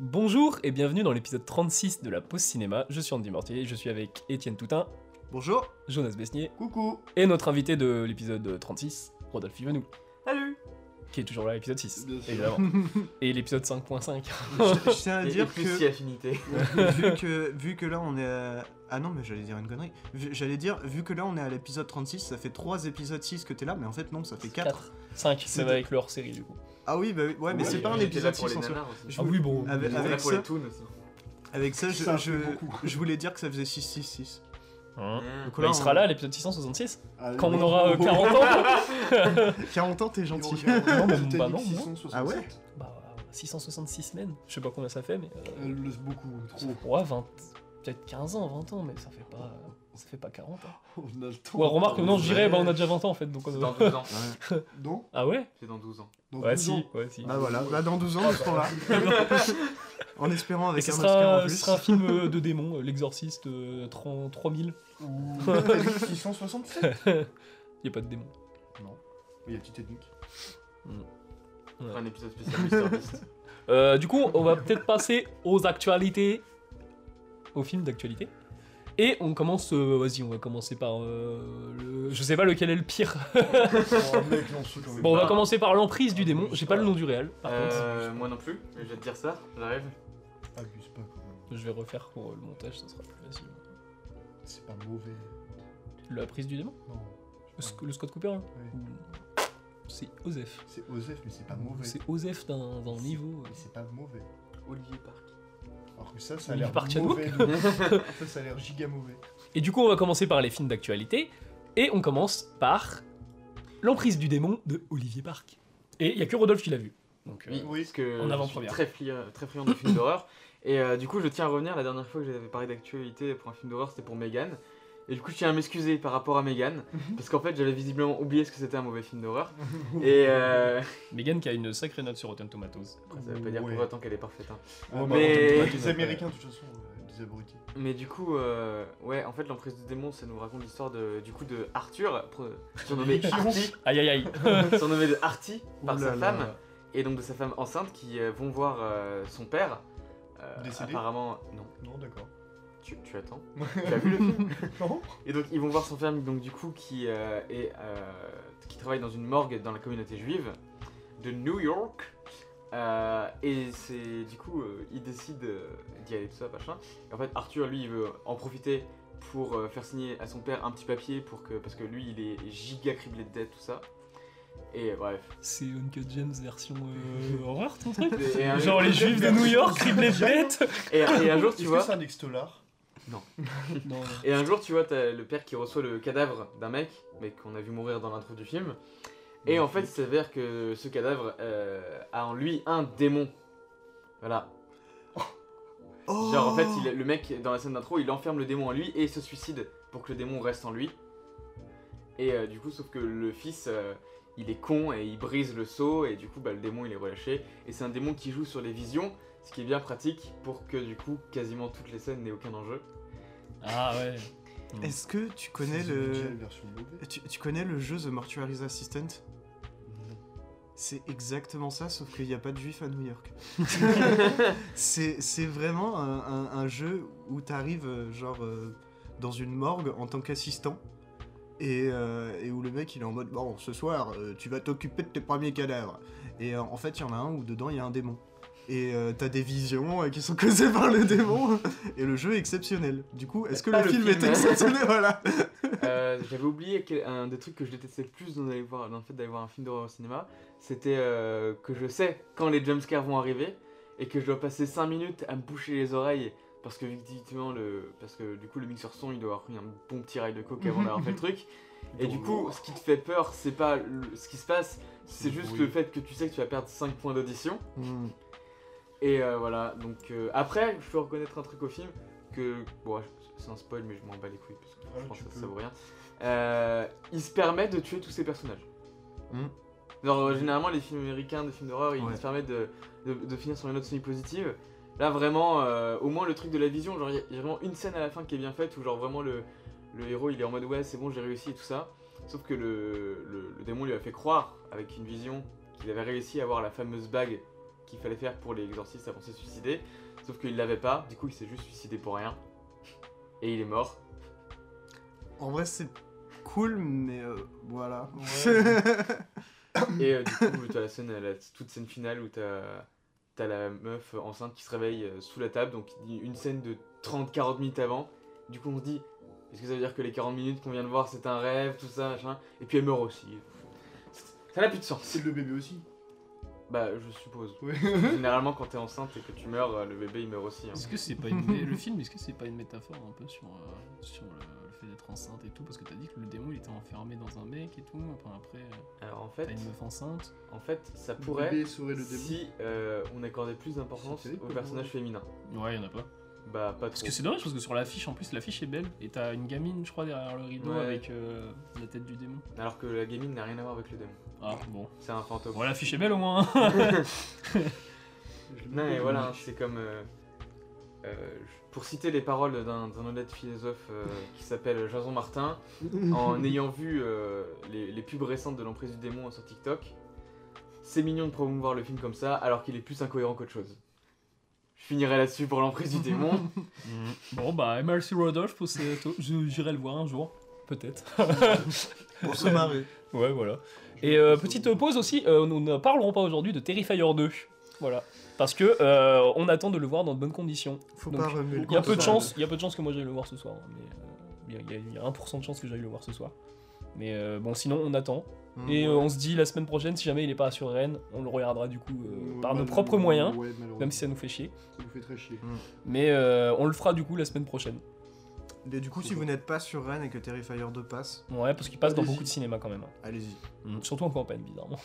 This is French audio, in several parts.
Bonjour et bienvenue dans l'épisode 36 de la Pause Cinéma. Je suis Andy Mortier, je suis avec Étienne Toutin, Bonjour. Jonas Besnier Coucou. et notre invité de l'épisode 36, Rodolphe Yvenou, Salut. qui est toujours là à l'épisode 6, Bien sûr. évidemment. Et l'épisode 5.5. Je tiens à Et dire plus que, si affinité. vu que là on est à... Ah non, mais j'allais dire une connerie. J'allais dire, vu que là on est à l'épisode 36, ça fait 3 épisodes 6 que t'es là, mais en fait non, ça fait 4. 5, ça va avec le hors-série du coup. Ah oui, bah oui, ouais, mais c'est pas un J'étais là épisode pour 6 les en soi. nanars aussi. Je Ah oui, bon. Avec, J'étais là avec pour ça, les toons aussi. avec ça, Ça fait beaucoup. je voulais dire que ça faisait 6-6-6. Hein Donc Bah, là, il sera là à l'épisode 666, Allez, quand on bon. aura 40 ans. 40 ans, t'es gentil. Non, mais T'as bah dit non, 667. Ah ouais. Bah, 666 semaines, je sais pas combien ça fait, mais... Elle laisse beaucoup, trop. Ouais, 20... peut-être 15 ans, 20 ans, mais ça fait pas 40 ans. On a le temps. Ouais, remarque, non, je dirais, bah on a déjà 20 ans en fait, donc... C'est dans 12 ans. Non. Ah ouais? C'est dans 12 ans. Dans Ouais, 12 ans. si, ouais, si. Bah voilà, bah dans 12 ans, nous serons là. En espérant Et avec ce un Oscar en sera, plus. ce sera un film de démons, l'exorciste 3000. Ou t'as dit 667. Y a pas de démons. Non. Il y a petite technique. Ouais. Un épisode spécial Mister Beast. Du coup, on va peut-être passer aux actualités. Aux films d'actualité. Et on commence. Vas-y, on va commencer par. Je sais pas lequel est le pire. Oh mec, lance quand même. Bon, on va commencer par l'emprise du démon. J'ai pas le nom du réel, par contre. Moi non plus, mais je vais te dire ça, j'arrive. Abuse pas quand même. Je vais refaire pour le montage, ça sera plus facile. C'est pas mauvais. La prise du démon Non. Le Scott Cooper hein Oui. C'est Osef. C'est Osef, mais c'est pas mauvais. C'est Osef d'un niveau. Mais c'est pas mauvais. Olivier Park. Alors que ça a Olivier l'air Park mauvais. Ça a l'air giga mauvais. Et du coup, on va commencer par les films d'actualité. Et on commence par L'emprise du démon de Olivier Park. Et il y a que Rodolphe qui l'a vu. Donc, Oui, Oui. parce que En je avant-première. suis très friand de films d'horreur. Et du coup, je tiens à revenir, la dernière fois que j'avais parlé d'actualité pour un film d'horreur, c'était pour Megan. Et du coup, je tiens à m'excuser par rapport à Megan, parce qu'en fait, j'avais visiblement oublié ce que c'était un mauvais film d'horreur. Et Megan qui a une sacrée note sur Rotten Tomatoes. ça veut pas dire pour autant qu'elle est parfaite. Hein. Ouais, Mais- bah, les Américains, de toute façon, des abrutis. Mais du coup, ouais, en fait, l'emprise du démon, ça nous raconte l'histoire de Arthur, surnommé Artie, Aïe aïe aïe. surnommé de Artie par Ouh sa là là. femme, et donc de sa femme enceinte qui vont voir son père. Décédé Apparemment, non. Non, d'accord. Tu attends. Tu as vu le film? Non. Et donc ils vont voir son père, donc du coup qui qui travaille dans une morgue dans la communauté juive de New York. Et c'est du coup il décide d'y aller tout ça machin. Et en fait Arthur lui il veut en profiter pour faire signer à son père un petit papier parce que lui il est giga criblé de dettes tout ça. Et bref. C'est Uncut James version horreur ton truc Et un Genre jour- les juifs de New York, criblés de dettes. et un jour tu Est-ce vois. que c'est un ex-dollar? Non. Et un jour, tu vois, t'as le père qui reçoit le cadavre d'un mec, mais qu'on a vu mourir dans l'intro du film. Et en fait, il s'avère que ce cadavre a en lui un démon. Voilà. Oh. Genre, en fait, le mec, dans la scène d'intro, il enferme le démon en lui et il se suicide pour que le démon reste en lui. Et du coup, sauf que le fils, il est con et il brise le seau, et du coup, bah, le démon, il est relâché. Et c'est un démon qui joue sur les visions, ce qui est bien pratique pour que, du coup, quasiment toutes les scènes n'aient aucun enjeu. Ah ouais. Est-ce que tu connais C'est The le... Vigil version mauvaise. Tu connais le jeu The Mortuary's Assistant? C'est exactement ça, sauf qu'il n'y a pas de juifs à New York. c'est vraiment un jeu où t'arrives dans une morgue en tant qu'assistant et où le mec il est en mode bon ce soir tu vas t'occuper de tes premiers cadavres et en fait il y en a un où dedans il y a un démon et t'as des visions qui sont causées par le démon et le jeu est exceptionnel. Du coup est-ce que Pas le le film film. est exceptionnel? Voilà. J'avais oublié un des trucs que je détestais le plus dans le fait d'aller voir un film d'horreur au cinéma, c'était que je sais quand les jumpscares vont arriver et que je dois passer 5 minutes à me boucher les oreilles parce que effectivement parce que du coup le mixeur son il doit avoir pris un bon petit rail de coke avant d'avoir fait le truc. Et du coup ce qui te fait peur c'est pas ce qui se passe, c'est juste Oui. le fait que tu sais que tu vas perdre 5 points d'audition. Hmm. Et voilà, donc après je peux reconnaître un truc au film que, bon c'est un spoil mais je m'en bats les couilles parce que je Ouais, pense tu que peux. ça vaut rien. Il se permet de tuer tous ses personnages. Hmm. Genre généralement les films américains, des films d'horreur, ils Ouais. se permettent de finir sur une note semi-positive. Là vraiment, au moins le truc de la vision, genre il y a vraiment une scène à la fin qui est bien faite où genre vraiment le héros il est en mode ouais c'est bon j'ai réussi et tout ça. Sauf que le démon lui a fait croire avec une vision qu'il avait réussi à avoir la fameuse bague qu'il fallait faire pour les exorcistes avant de se suicider. Sauf qu'il l'avait pas, du coup il s'est juste suicidé pour rien. Et il est mort. En vrai, c'est cool, mais voilà. Et du coup, t'as la scène, toute scène finale où t'as la meuf enceinte qui se réveille sous la table, donc une scène de 30-40 minutes avant. Du coup, on se dit, est-ce que ça veut dire que les 40 minutes qu'on vient de voir, c'est un rêve, tout ça, machin. Et puis elle meurt aussi. Ça n'a plus de sens. C'est le bébé aussi. Bah, je suppose. Ouais. Généralement, quand t'es enceinte et que tu meurs, le bébé il meurt aussi. Hein. Est-ce que c'est pas le film, est-ce que c'est pas une métaphore un peu sur le fait d'être enceinte et tout? Parce que t'as dit que le démon il était enfermé dans un mec et tout. Enfin après, Alors en t'as fait, une meuf enceinte. ça Le pourrait bébé saurait le démon. si on accordait plus d'importance C'est terrible aux comme personnages mot. féminins. Ouais, y'en a pas. Bah, pas Parce trop. que c'est dommage parce que sur l'affiche, en plus, l'affiche est belle et t'as une gamine, je crois, derrière le rideau Ouais. avec la tête du démon. Alors que la gamine n'a rien à voir avec le démon. Ah bon. C'est un fantôme. Bon, l'affiche est belle au moins. Je l'ai Non, pas et vu, voilà, mais- hein, c'est comme. Pour citer les paroles d'un honnête philosophe qui s'appelle Jason Martin, en ayant vu les pubs récentes de l'emprise du démon sur TikTok, c'est mignon de promouvoir le film comme ça, alors qu'il est plus incohérent qu'autre chose. Je finirai là-dessus pour l'emprise du démon. Bon, bah, Mercy Rodolph, j'irai le voir un jour. Peut-être. Pour se marrer. Ouais, voilà. Et petite pause aussi, nous ne parlerons pas aujourd'hui de Terrifier 2. Voilà. Parce que on attend de le voir dans de bonnes conditions. Faut Donc, pas remuer le Il y a peu de console. chance, que moi j'aille le voir ce soir. Mais il y a 1% de chance que j'aille le voir ce soir. Mais bon, sinon on attend. Et on se dit la semaine prochaine, si jamais il est pas sur Rennes, on le regardera du coup par nos propres moyens. Ouais, malheureusement. Même si ça nous fait chier. Ça nous fait très chier. Mais on le fera du coup la semaine prochaine. Et du coup, si vous n'êtes pas sur Rennes et que Terrifier 2 passe, Ouais, parce qu'il passe dans Allez-y. beaucoup de cinéma quand même. allez-y. Surtout en campagne, bizarrement.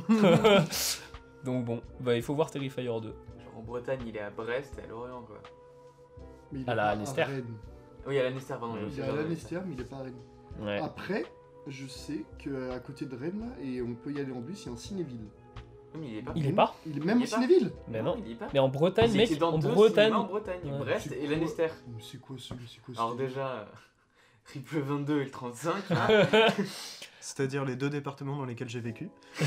Donc bon, bah, il faut voir Terrifier 2. Genre en Bretagne, il est à Brest et à Lorient, quoi. Mais il À est la pas Leinster. Rennes. Oui, à Lannister, pardon. Ouais, j'ai Il aussi est à raison, la Leinster, mais il est pas à Rennes. Ouais. Après, je sais qu'à côté de Rennes, là, et on peut y aller en bus, il y a un cinéville. Oui, mais il est pas. Il est pas Il est même Il au est pas. cinéville. Mais non. il y est pas. Mais en Bretagne, Ils mec, étaient dans en deux Bretagne. cinémas en Bretagne, Ouais. Brest C'est et quoi Lannister. Mais c'est quoi ce Alors cinéville déjà, Triple 22 et le 35, hein. C'est-à-dire les deux départements dans lesquels j'ai vécu.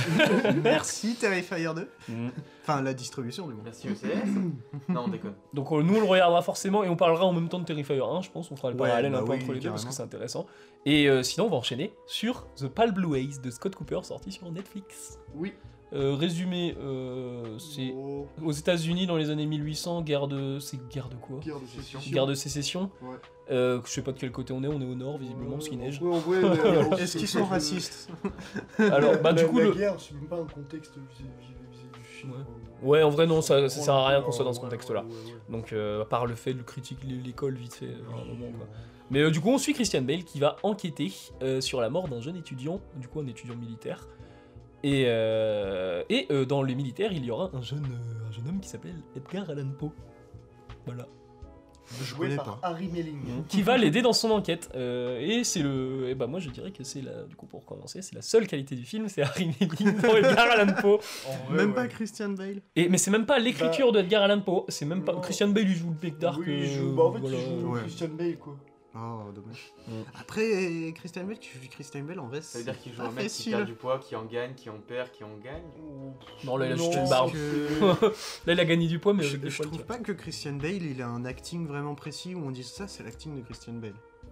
Merci Terrifier 2. Enfin, la distribution du moins. Merci ECS. Non, on déconne. Donc nous on le regardera forcément et on parlera en même temps de Terrifier 1, je pense, on fera le Ouais, parallèle bah un peu oui, entre les deux parce carrément. que c'est intéressant. Et sinon on va enchaîner sur The Pale Blue Haze de Scott Cooper sorti sur Netflix. Oui. Résumé, c'est Oh, aux États-Unis dans les années 1800, guerre de quoi guerre de sécession. Guerre de sécession. Ouais. Je sais pas de quel côté on est au nord visiblement parce qu'il neige. En vrai, mais- Est-ce qu'ils sont racistes? Alors bah du coup la le... guerre, c'est même pas un contexte vis-à-vis du film. Ouais, en vrai non, ça sert à rien qu'on soit dans ce Ouais, contexte-là. ouais, ouais. Donc à part le fait de critiquer l'école vite fait à un moment quoi. Mais du coup, on suit Christian Bale qui va enquêter sur la mort d'un jeune étudiant, du coup un étudiant militaire. Et dans les militaires, il y aura un jeune homme qui s'appelle Edgar Allan Poe. Voilà. Je Joué connais par pas. Harry Melling. Qui va l'aider dans son enquête. Et c'est le. Et bah, moi, je dirais que c'est la. Du coup, pour commencer, c'est la seule qualité du film, c'est Harry Melling dans Edgar Allan Poe. En vrai, Même ouais. pas Christian Bale. Mais c'est même pas l'écriture de Edgar Allan Poe. C'est même pas. Non. Christian Bale, il joue le mec d'arc. Oui, il joue. Bah, en fait, voilà. il joue Ouais. Christian Bale, quoi. Oh, dommage. Ouais. Après, Christian Bale, tu joues Christian Bale en vrai, Ça veut dire qu'il joue pas un mec qui facile. perd du poids, qui en gagne, qui en perd, qui en gagne. Non, là, il a juste Non, une barbe. que- Là, il a gagné du poids, mais Je, avec des je poils, trouve quoi. pas que Christian Bale, il a un acting vraiment précis où on dit ça, c'est l'acting de Christian Bale.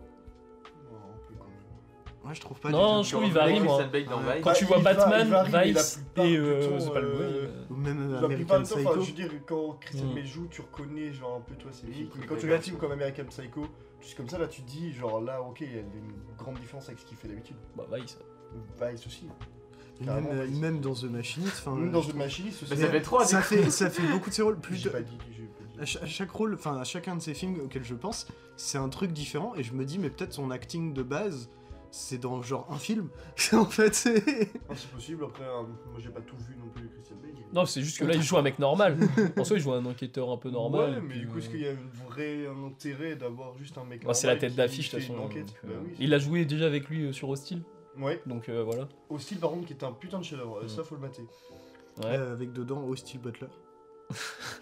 Oh, un peu quand même. Ouais, je trouve pas Non, du je tout. trouve il Christian varie, moi. Bale dans Ouais. Vice. Quand Bah, tu vois il Batman, varie, mais la Vice plupart et du temps, c'est pas le Ou même La plupart American du temps, enfin, Psycho. je veux dire, quand Christian Mm. Bale joue, tu reconnais genre un peu toi c'est Oui, lui. qu'il Quand est tu bien. regardes un film comme American Psycho, juste comme ça, là tu te dis genre là ok, il y a une grande différence avec ce qu'il fait d'habitude. Bah, Vice. Vice aussi. Et Carrément, même, Vice. même dans The Machinist, enfin, Même dans The Machinist aussi. Mais ça fait 3 ça fait beaucoup de ses rôles. Plus J'ai de, pas dit, j'ai pas dit. à chaque rôle, enfin à chacun de ces films auxquels je pense, c'est un truc différent et je me dis mais peut-être son acting de base, c'est dans genre un film. En fait, c'est. Ah, c'est possible, après moi j'ai pas tout vu non plus Christian Bale. Non, c'est juste que là, il joue un mec normal. En soi, il joue un enquêteur un peu normal. Ouais, et mais puis, du coup, est-ce qu'il y a un intérêt d'avoir juste un mec bah, c'est la normal tête qui d'affiche, de fait toute une façon. enquête donc, Bah oui, il a joué déjà avec lui sur Hostile. Ouais, Donc voilà. Hostile par contre qui est un putain de chef-d'œuvre, Mm. ça faut le mater. Ouais. Avec dedans Hostile Butler.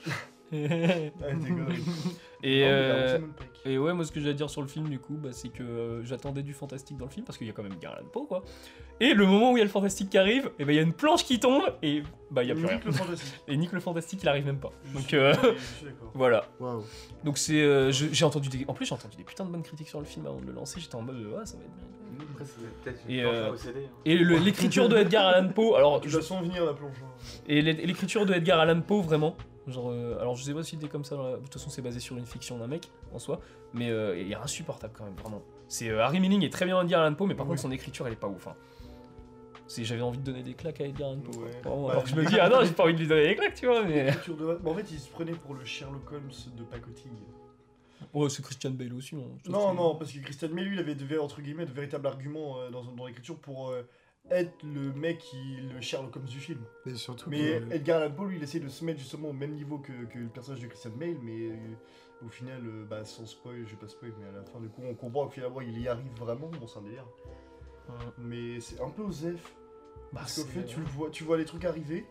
Ah, t'es connerie. Et, Non, mais il a Simon Pegg. et ouais, moi ce que j'ai à dire sur le film du coup, bah, c'est que j'attendais du fantastique dans le film parce qu'il y a quand même Edgar Allan Poe quoi. Et le moment où il y a le fantastique qui arrive, et bah il y a une planche qui tombe et bah il y a plus rien. Nick le fantastique. Et Nick le fantastique il arrive même pas. Je Donc suis d'accord. voilà. Waouh. Donc c'est j'ai entendu en plus j'ai entendu des putains de bonnes critiques sur le film avant de le lancer, j'étais en mode ouais, ça va être bien. Après, c'est peut-être Et, une planche à posséder. hein. Et l'écriture de Edgar Allan Poe, alors Tu la sens venir la plonge. et l'écriture de Edgar Allan Poe vraiment genre alors je sais pas si c'était comme ça de toute façon c'est basé sur une fiction d'un mec en soi mais il est insupportable quand même vraiment. C'est Harry Melling est très bien Edgar Allan Poe mais par Oui. contre son écriture elle est pas ouf hein. J'avais envie de donner des claques à Edgar Allan Poe. Ouais. Vraiment, Bah, alors que je me dis ah non, j'ai pas envie de lui donner des claques, tu vois mais L'écriture de... En fait, il se prenait pour le Sherlock Holmes de pacotille. ouais, c'est Christian Bale aussi hein. Ça, Non, c'est- non, parce que Christian Bale, lui, il avait entre guillemets de véritables arguments dans l'écriture pour être le mec le Sherlock Holmes du film. Et surtout Mais que- Edgar Allan Poe, lui, il essaie de se mettre justement au même niveau que le personnage de Christian Bale, mais au final, bah, sans spoil, je vais pas spoil, mais à la fin, du coup, on comprend que finalement, il y arrive vraiment, bon, c'est un délire. Ouais. Mais c'est un peu osef, Bah, parce qu'au c'est- fait, tu vois les trucs arriver,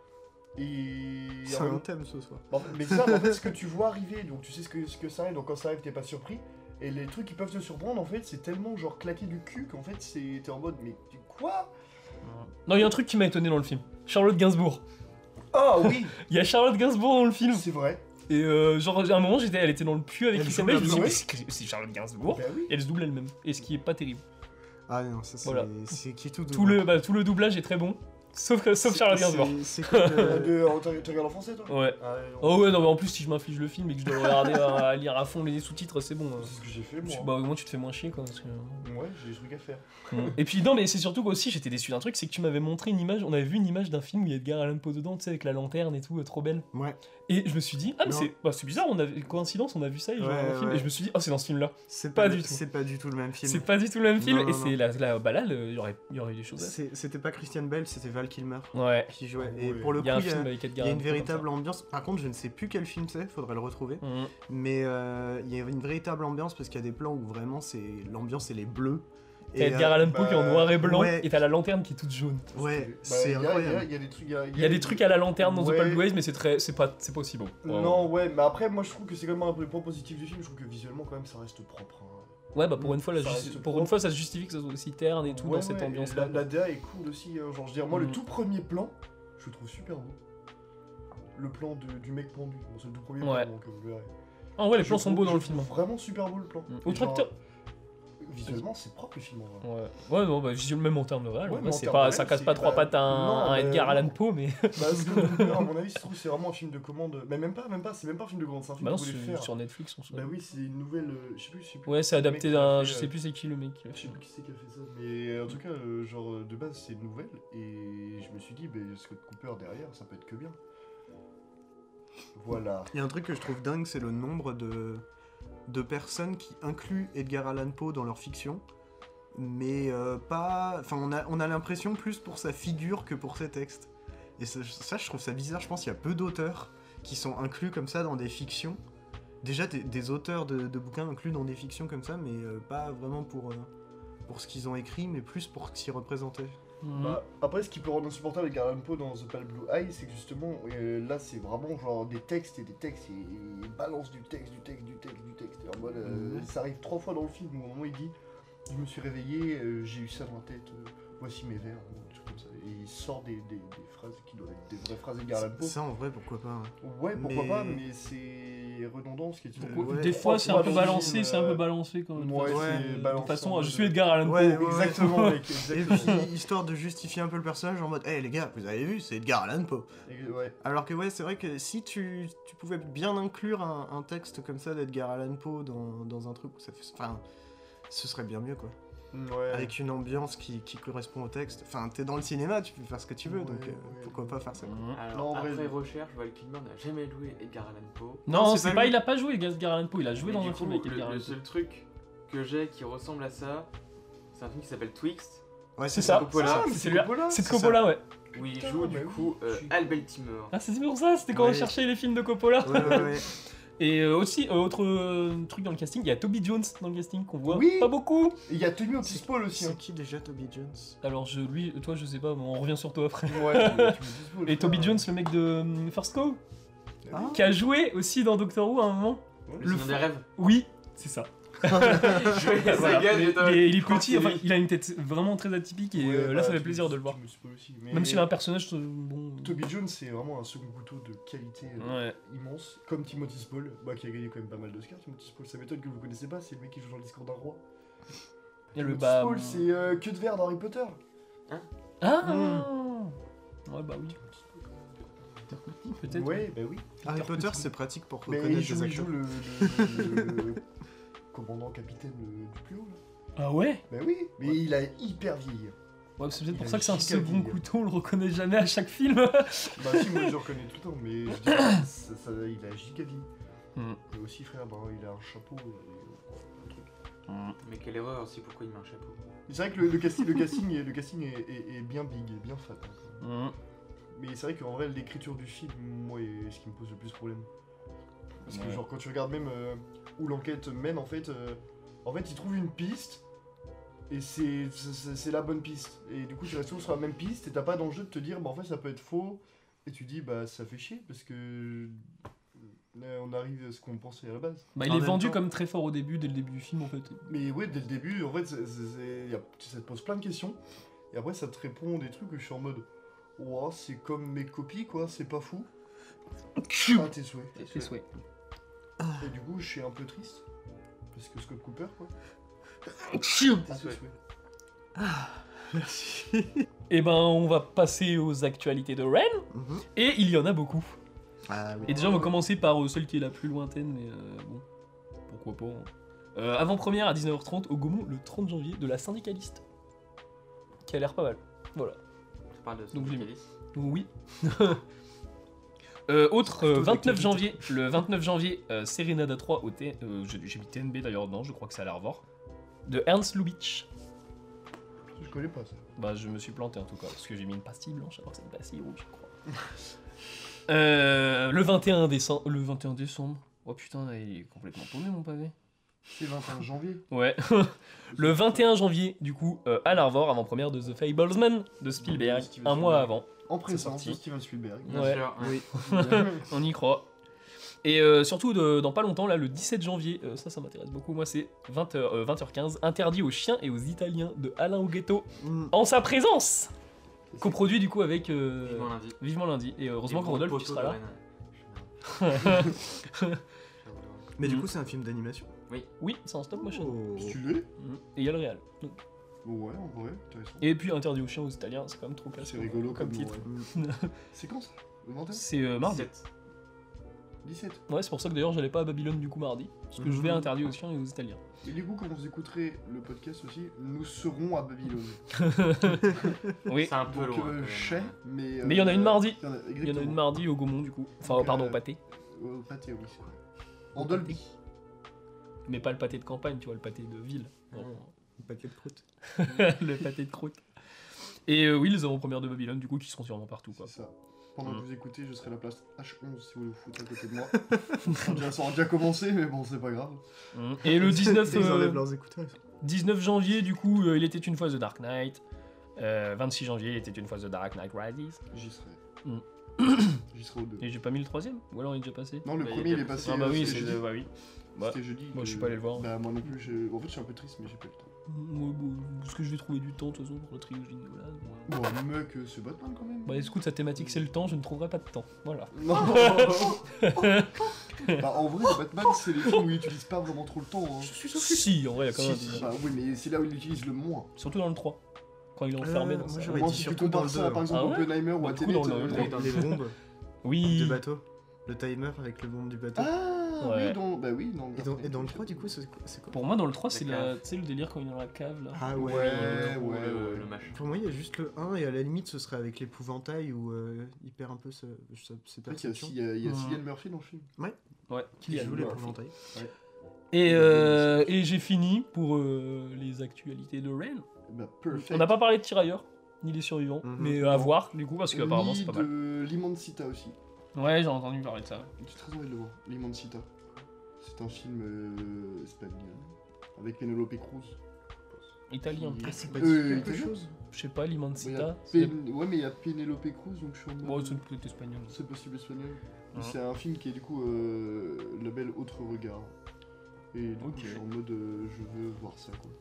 et... c'est en même- un thème ce soir. Bon, mais ça, en fait, ce que tu vois arriver, donc tu sais ce que ça arrive, donc quand ça arrive, t'es pas surpris. Et les trucs qui peuvent te surprendre, en fait, c'est tellement genre claqué du cul qu'en fait, t'es en mode, mais quoi? Non, il y a un truc qui m'a étonné dans le film. Charlotte Gainsbourg. Ah oui, Il y a Charlotte Gainsbourg dans le film. c'est vrai. Et genre, à un moment, elle était dans le puits avec Elle Christian joue Bale. Je me suis dit, là-dedans, mais c'est Charlotte Gainsbourg. Bah oui. Et elle se double elle-même. Et ce qui est pas terrible. Ah non, ça c'est Voilà. c'est qui tout Tout le doublage est très bon. Sauf Charlotte Gainsbourg. C'est comme Tu regardes en français, toi? Ouais. Ah, non. Oh ouais, non, mais en plus, si je m'inflige le film et que je dois le regarder à lire à fond les sous-titres, c'est bon. C'est ce que j'ai fait, moi. Bah, au moins, tu te fais moins chier, quoi. Parce que... Ouais, j'ai des trucs à faire. Et puis, non, mais c'est surtout qu'aussi, j'étais déçu d'un truc, c'est que tu m'avais montré une image, on avait vu une image d'un film où il y a Edgar Allan Poe dedans, tu sais, avec la lanterne et tout, trop belle. Ouais. Et je me suis dit, ah, mais Non. c'est bizarre, coïncidence, on a vu ça, genre, Ouais, dans le film. ouais. Et je me suis dit, oh, c'est dans ce film-là. C'est Pas du tout. C'est pas du tout le même film. C'est pas du tout le même film, Non, et non, c'est bah là, il y aurait eu des choses à C'était pas Christian Bale, c'était Val Kilmer Ouais. qui jouait. Ouais. Et pour le Il coup, y a un il y film a, avec il Edgar y a une Allan Poe comme véritable ambiance. Par contre, je ne sais plus quel film c'est, faudrait le retrouver. ça. Mhm. Mais il y a une véritable ambiance parce qu'il y a des plans où vraiment l'ambiance elle est bleue. T'as Edgar Allan Poe qui est en bah, noir et blanc, ouais. et t'as la lanterne qui est toute jaune. Ouais, Bah, c'est incroyable. Il y a des trucs. Il y a des trucs à la lanterne dans Ouais. The Pale Blue Haze, mais c'est pas aussi beau. Non, ouais, mais après, moi je trouve que c'est quand même un peu le point positif du film. Je trouve que visuellement, quand même, ça reste propre. hein. Ouais, bah pour une fois, Ça reste pour une propre. fois, ça se justifie que ça soit aussi terne et tout Ouais, dans cette ouais, et ambiance-là. La DA est cool aussi. Genre, je veux dire, moi, le Mhm. tout premier plan, je le trouve super beau. Le plan du mec pendu. Bon, c'est le tout premier Ouais. plan, donc vous verrez. Ah ouais, les Je plans sont trouve- beaux dans je le film. trouve Vraiment super beau le plan. Mhm. Et Autre genre, acteur. Visuellement, c'est propre le film en vrai. Ouais, non, bah visuellement, même en termes de réel, Ouais, ouais, mais en c'est termes pas, de ça réel, casse pas c'est- trois bah, pattes à un non, Edgar bah, Allan non. Poe, mais Parce que, à mon avis, je trouve que c'est vraiment un film de commande. Mais même pas, c'est même pas un film de commande, c'est un film bah non, qu'ils voulaient c'est faire. sur Netflix en soi. Bah oui, c'est une nouvelle. Je sais plus. Ouais, c'est le mec adapté qui a d'un, fait, je sais plus c'est qui le mec. Je sais plus qui c'est qui a fait ça, mais en tout cas, genre de base c'est une nouvelle et je me suis dit, bah, Scott Cooper derrière, ça peut être que bien. Voilà. Il y a un truc que je trouve dingue, c'est le nombre de personnes qui incluent Edgar Allan Poe dans leur fiction, mais pas. Enfin, on a l'impression plus pour sa figure que pour ses textes. Et ça, je trouve ça bizarre. Je pense qu'il y a peu d'auteurs qui sont inclus comme ça dans des fictions. Déjà, des auteurs de bouquins inclus dans des fictions comme ça, mais pas vraiment pour ce qu'ils ont écrit, mais plus pour s'y représenter. Mhm. Bah, après, ce qui peut rendre insupportable Edgar Allan Poe dans The Pale Blue Eye, c'est que justement, là c'est vraiment genre des textes et il balance du texte. Et en mode, ça arrive 3 fois dans le film où au moment il dit, je me suis réveillé, j'ai eu ça dans la tête, voici mes vers, ou des trucs comme ça. Et il sort des phrases qui doivent être des vraies phrases d'Edgar Allan Poe. Ça, en vrai, pourquoi pas hein. Ouais, pourquoi Mais- pas, mais c'est redondant ce qui est Ouais. Des fois, c'est un peu Trois balancé, films, c'est un peu balancé quand même. Ouais, Ouais, c'est De balancé toute façon, en je mode- suis Edgar Allan Poe. Ouais, ouais, Exactement, mec, Et exactement. puis, histoire de justifier un peu le personnage en mode, hé les gars, vous avez vu, c'est Edgar Allan Poe. Ouais. Alors que ouais, c'est vrai que si tu pouvais bien inclure un texte comme ça d'Edgar Allan Poe dans un truc, enfin, ce serait bien mieux quoi. Ouais. Avec une ambiance qui correspond au texte. Enfin, t'es dans le cinéma, tu peux faire ce que tu veux, Ouais, donc ouais, pourquoi pas faire ça. Mhm. Alors, Non, en vrai, après je- recherche, Val Kilmer n'a jamais joué Edgar Allan Poe. Non, Non, c'est c'est pas, lui. il a pas joué Edgar Allan Poe, il a joué Mais dans du un coup, film avec Edgar le Allan Poe. seul truc que j'ai qui ressemble à ça, c'est un film qui s'appelle Twixt, Ouais, C'est ça, Coppola. c'est ça, Ah, mais c'est c'est celui-là. Coppola, C'est de c'est Coppola, ouais. où il Putain, joue du mais coup oui, je suis- Al Baltimore. Ah, c'est pour ça, c'était quand on Ouais. cherchait les films de Coppola. Ouais. Et aussi, autre truc dans le casting, il y a Toby Jones dans le casting qu'on voit Oui. pas beaucoup. Et il y a Tommy Otis Paul aussi. C'est Hein. qui déjà Toby Jones? Alors, toi, je sais pas, mais on revient sur toi après. Ouais, tu me dis Paul, Et Toby frère. Jones, le mec de First Cow. Ah. qui a joué aussi dans Doctor Who à un moment. Le Seigneur des rêves. Oui, c'est ça. Sa Voilà. gueule, Mais il est je crois petit, que enfin, c'est lui. il a une tête vraiment très atypique et Ouais, là bah, ça fait tu plaisir me- de le voir. tu me spoil aussi, mais- Même s'il a un personnage, bon. Toby Jones, c'est vraiment un second couteau de qualité Ouais. immense, comme Timothy Spall, qui a gagné quand même pas mal d'Oscars. Timothy Spall, ça m'étonne que vous connaissez pas, c'est le mec qui joue dans le discours d'un roi. Et le Timothy bah. Spall, c'est Queue de verre dans Harry Potter. Ah Ouais, bah oui. Peut-être. Ouais, bah oui. Harry Potter, c'est pratique pour Mais reconnaître il joue, des il joue acteurs. le commandant capitaine du plus haut là. Ah ouais Bah oui, mais il a hyper vieilli. Ouais, c'est peut-être Il pour a ça que c'est un giga second vieilli. couteau, on le reconnaît jamais à chaque film. Bah si, moi je le reconnais tout le temps, mais je dis, il a giga vieilli. Hmm. Et aussi frère, bah, il a un chapeau et un truc. Mais quelle erreur aussi, pourquoi il met un chapeau? Mais c'est vrai que le casting est bien big, est bien fat. Hein, quand même. Mais c'est vrai qu'en vrai, l'écriture du film, moi, est ce qui me pose le plus problème. Parce que Ouais. genre quand tu regardes même où l'enquête mène, en fait, ils trouvent une piste et c'est la bonne piste. Et du coup, tu restes toujours sur la même piste et t'as pas d'enjeu de te dire, bah en fait, ça peut être faux. Et tu dis, bah ça fait chier parce que on arrive à ce qu'on pensait à la base. Bah, il En est même vendu temps- comme très fort au début, dès le début du film en fait. Mais ouais, dès le début, en fait, ça te pose plein de questions. Et après, ça te répond des trucs où je suis en mode, ouah, c'est comme mes copies, quoi, c'est pas fou. Ah, tes souhaits. C'est souhait. Et du coup, je suis un peu triste. Parce que Scott Cooper, quoi. Tes Tes souhaits. souhaits. Merci. Et ben, on va passer aux actualités de Ren. Mhm. Et il y en a beaucoup. Ah oui. Et déjà, on va commencer par celle qui est la plus lointaine, mais bon, pourquoi pas. Hein. Avant-première à 19h30 au Gaumont le 30 janvier de La Syndicaliste. Qui a l'air pas mal. Voilà. Tu parles de Donc, j'ai mis. Syndicaliste. Oui. Autre Plutôt 29 d'actualité. janvier, le 29 janvier, Serenada 3 au j'ai mis TNB d'ailleurs, non, je crois que c'est à la revoir. De Ernst Lubitsch. Je connais pas ça. Bah, je me suis planté en tout cas, parce que j'ai mis une pastille blanche alors que c'est une pastille rouge, je crois. Le 21 décembre. Le 21 décembre. Oh putain, il est complètement paumé mon pavé. C'est 21 janvier. Ouais. Le 21 janvier, du coup, à l'Arvor, avant-première de The Fablesman de Spielberg, Steven un mois Spielberg. avant. En présence sorti. de Steven Spielberg. Bien Ouais. sûr. Oui. On y croit. Et surtout, dans pas longtemps, là, le 17 janvier, ça m'intéresse beaucoup, moi, c'est 20h15, interdit aux chiens et aux Italiens de Alain Huguetto, Mm. en sa présence. Coproduit du coup avec Vivement lundi. Vivement lundi. Et heureusement Et que bon Rodolphe poteau tu seras de là. Rennes. Mais du Mhm. coup, c'est un film d'animation. Oui, c'est en stop motion. Oh. Stylé. Mhm. Et il y a le réal. Donc. Ouais, en vrai, intéressant. Et puis interdit aux chiens aux Italiens, c'est quand même trop classe. C'est rigolo comme comme titre. nom, ouais. C'est quand ça Le 21 C'est mardi. 17. 17. Ouais, c'est pour ça que d'ailleurs j'allais pas à Babylone du coup mardi. Parce que je vais Mhm. interdit aux chiens et aux Italiens. Et du coup, quand vous écouterez le podcast aussi, nous serons à Babylone. Oui. C'est un peu Donc, loin. quand même. chais, mais. Mais il y en a une mardi. Il y en a, Il y en a exactement. une mardi au Gaumont du coup. Enfin, Donc, pardon, au pâté. Au pâté, oui, c'est vrai. En Dolby. Mais pas le pâté de campagne, tu vois, le pâté de ville. Vraiment. Un paquet de croûtes. Le pâté de croûte. Et oui, les avant-premières de Babylone, du coup, qui seront sûrement partout, quoi. C'est ça. Pendant Mhm. que vous écoutez, je serai à la place H11 si vous voulez vous foutre à côté de moi. Ça aura déjà commencé, mais bon, c'est pas grave. Et le 19, Ils enlèvent leurs écouteurs. 19 janvier, du coup, il était une fois The Dark Knight. 26 janvier, il était une fois The Dark Knight Rises. J'y serai. Mhm. J'y serai aux deux. Et j'ai pas mis le troisième. Ou alors il est déjà passé. Non, le Bah, premier, il il est est passé. Ah bah oui, c'était c'est jeudi. bah oui. Bah, C'était jeudi. moi, je suis pas allé le voir. Bah, moi non plus. En fait, je suis un peu triste, mais j'ai pas eu le temps. moi, bon, parce que je vais trouver du temps de toute façon pour la trilogie Nolan. Bon, mec, c'est Batman quand même. Bah écoute, sa thématique c'est le temps, je ne trouverai pas de temps. Voilà. Non. Bah, en vrai, Batman, c'est les films où il utilise pas vraiment trop le temps. Hein. Si, en vrai, il y a quand même Si, des- bah oui, mais c'est là où il utilise le moins. Surtout dans le 3. Quand il est enfermé dans moi, sa... j'aurais Moi, dit si tu surtout dans compares le ça, deux, par exemple, Ah ouais Oppenheimer ou Bah, à du coup, Tenet, dans le- Les bombes Oui. de bateau. Le timer avec le bombe du bateau. Ah Ouais. oui, dans... Bah oui, dans le Et dans le 3, du coup, c'est quoi? Pour moi, dans le 3, c'est La la... cave. tu sais, le délire quand il est dans la cave là. Ah Ouais, ouais. ouais, le ouais. match. Pour moi, il y a juste le 1 et à la limite, ce serait avec l'épouvantail où il perd un peu ses En fait, il y a perceptions. aussi il y a Mhm. Cillian Murphy dans le film. Ouais. Qui joue l'épouvantail. Et j'ai fini pour les actualités de Ren. Bah, perfect. On n'a pas parlé de Tirailleurs, ni des survivants, Mhm. mais à voir du coup, parce qu'apparemment c'est pas mal. de L'Immensita aussi. Ouais, j'ai entendu parler de ça. J'ai très envie de le voir. L'Immensita. C'est un film espagnol avec Penelope Cruz. Italien. Qui- Ah, c'est pas quelque quelque chose. chose. Je sais pas, Ouais, l'Immensita. mais il y a Penelope Cruz, donc je suis en mode. Bon, c'est peut-être espagnol. C'est possible espagnol. Ouais. C'est un film qui est du coup label Autre Regard. Et du coup, je suis en mode je veux voir ça quoi.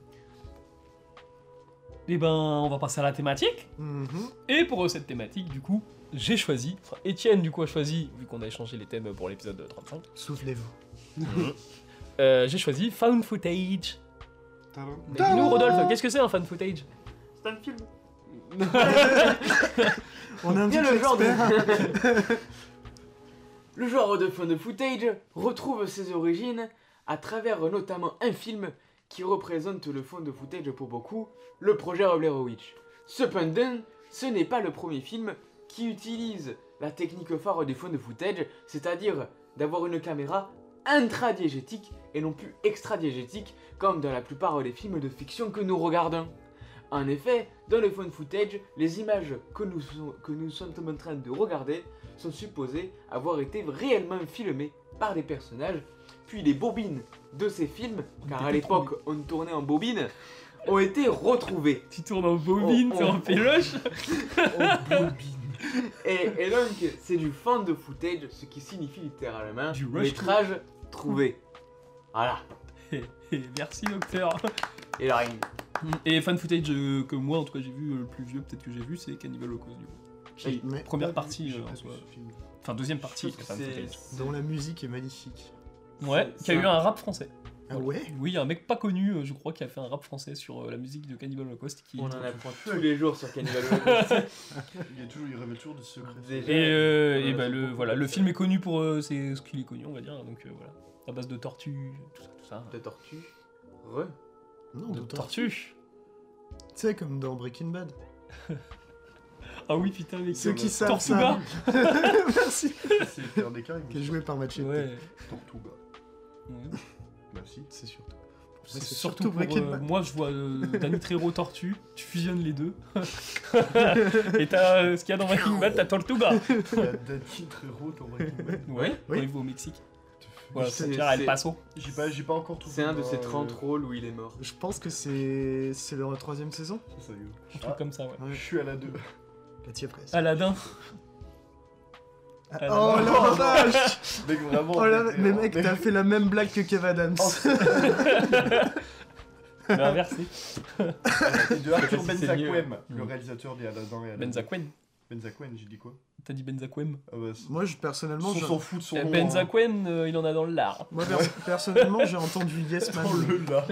Et ben, on va passer à la thématique. Mhm. Et pour cette thématique, du coup, j'ai choisi, enfin Étienne du coup a choisi, vu qu'on a échangé les thèmes pour l'épisode 35, Souvenez-vous. j'ai choisi Found Footage. Mais dis-nous Rodolphe, qu'est-ce que c'est un Found Footage? C'est un film. On a un petit Bien le genre expert. Le genre de found footage retrouve ses origines à travers notamment un film qui représente le found footage pour beaucoup, le projet Blair Witch. Cependant, ce n'est pas le premier film qui utilise la technique phare du found footage, c'est-à-dire d'avoir une caméra intradiégétique et non plus extradiégétique comme dans la plupart des films de fiction que nous regardons. En effet, dans le found footage, les images que nous sommes en train de regarder sont supposées avoir été réellement filmées par des personnages, puis les bobines de ces films, car à l'époque on tournait en bobine, ont été retrouvées. Tu tournes en bobine, t'es en péloche. Et donc, c'est du found footage, ce qui signifie littéralement Du rush métrage trouvé. Voilà. Merci docteur. Et la ring. Et Found Footage que moi en tout cas j'ai vu, le plus vieux peut-être que j'ai vu, c'est Cannibal Holocaust du coup. Oui. Mais Première partie en J'ai soi. pas vu ce film. Enfin deuxième Je partie trouve de que Found c'est- Footage. dont la musique est magnifique. Ouais, c'est qui a eu un- un rap français. Ah ouais? Oui, un mec pas connu, je crois, qui a fait un rap français sur la musique de Cannibal Holocaust. Qui... On en apprend tous les jours sur Cannibal Holocaust. Il révèle toujours des secrets. Déjà. Et bah c'est le beaucoup voilà, de le ça. film est connu pour c'est ce qu'il est connu, on va dire. Donc voilà, à base de tortues, tout ça. De tortue. Non, De d'autant. tortues. Tu sais, comme dans Breaking Bad. Ah oui putain, mec. Ceux qui savent Tortuga. ça. Merci. C'est Pierre Descailles. Qui est joué par Machete. Ouais. Tortuga. Ouais. Bah si. C'est surtout. C'est c'est surtout surtout pour, Breaking Bad. moi je vois Danny Trejo Tortue, tu fusionnes les deux. Et t'as ce qu'il y a dans Breaking Bad, t'as Tortuga. Il y a Danny Trejo dans Breaking Bad. Ouais, quand Oui. il va au Mexique. Voilà, C'est- c'est-à-dire El c'est- Paso. J'ai pas encore trouvé. C'est un de ces 30 rôles où il est mort. Je pense que c'est leur troisième saison. Ça y est. Un truc comme ça, ouais. Ouais. Je suis à la 2. La tienne presque. Aladdin. Ah, la oh la vache! Mec, vraiment. Oh la... Mais mec, t'as fait la même blague que Kev Adams. Mais inversé. C'est de Arthur Je sais pas si c'est Benzaquem, mieux. le réalisateur des Aladdin et Aladdin. Benzaquem. Benzaquem, j'ai dit quoi? T'as dit Benzaquem. Ah bah, Moi, personnellement, on s'en fout de son nom. Benzaquem, il en a dans le lard. Moi, personnellement, j'ai entendu Yes Man. Oh le là.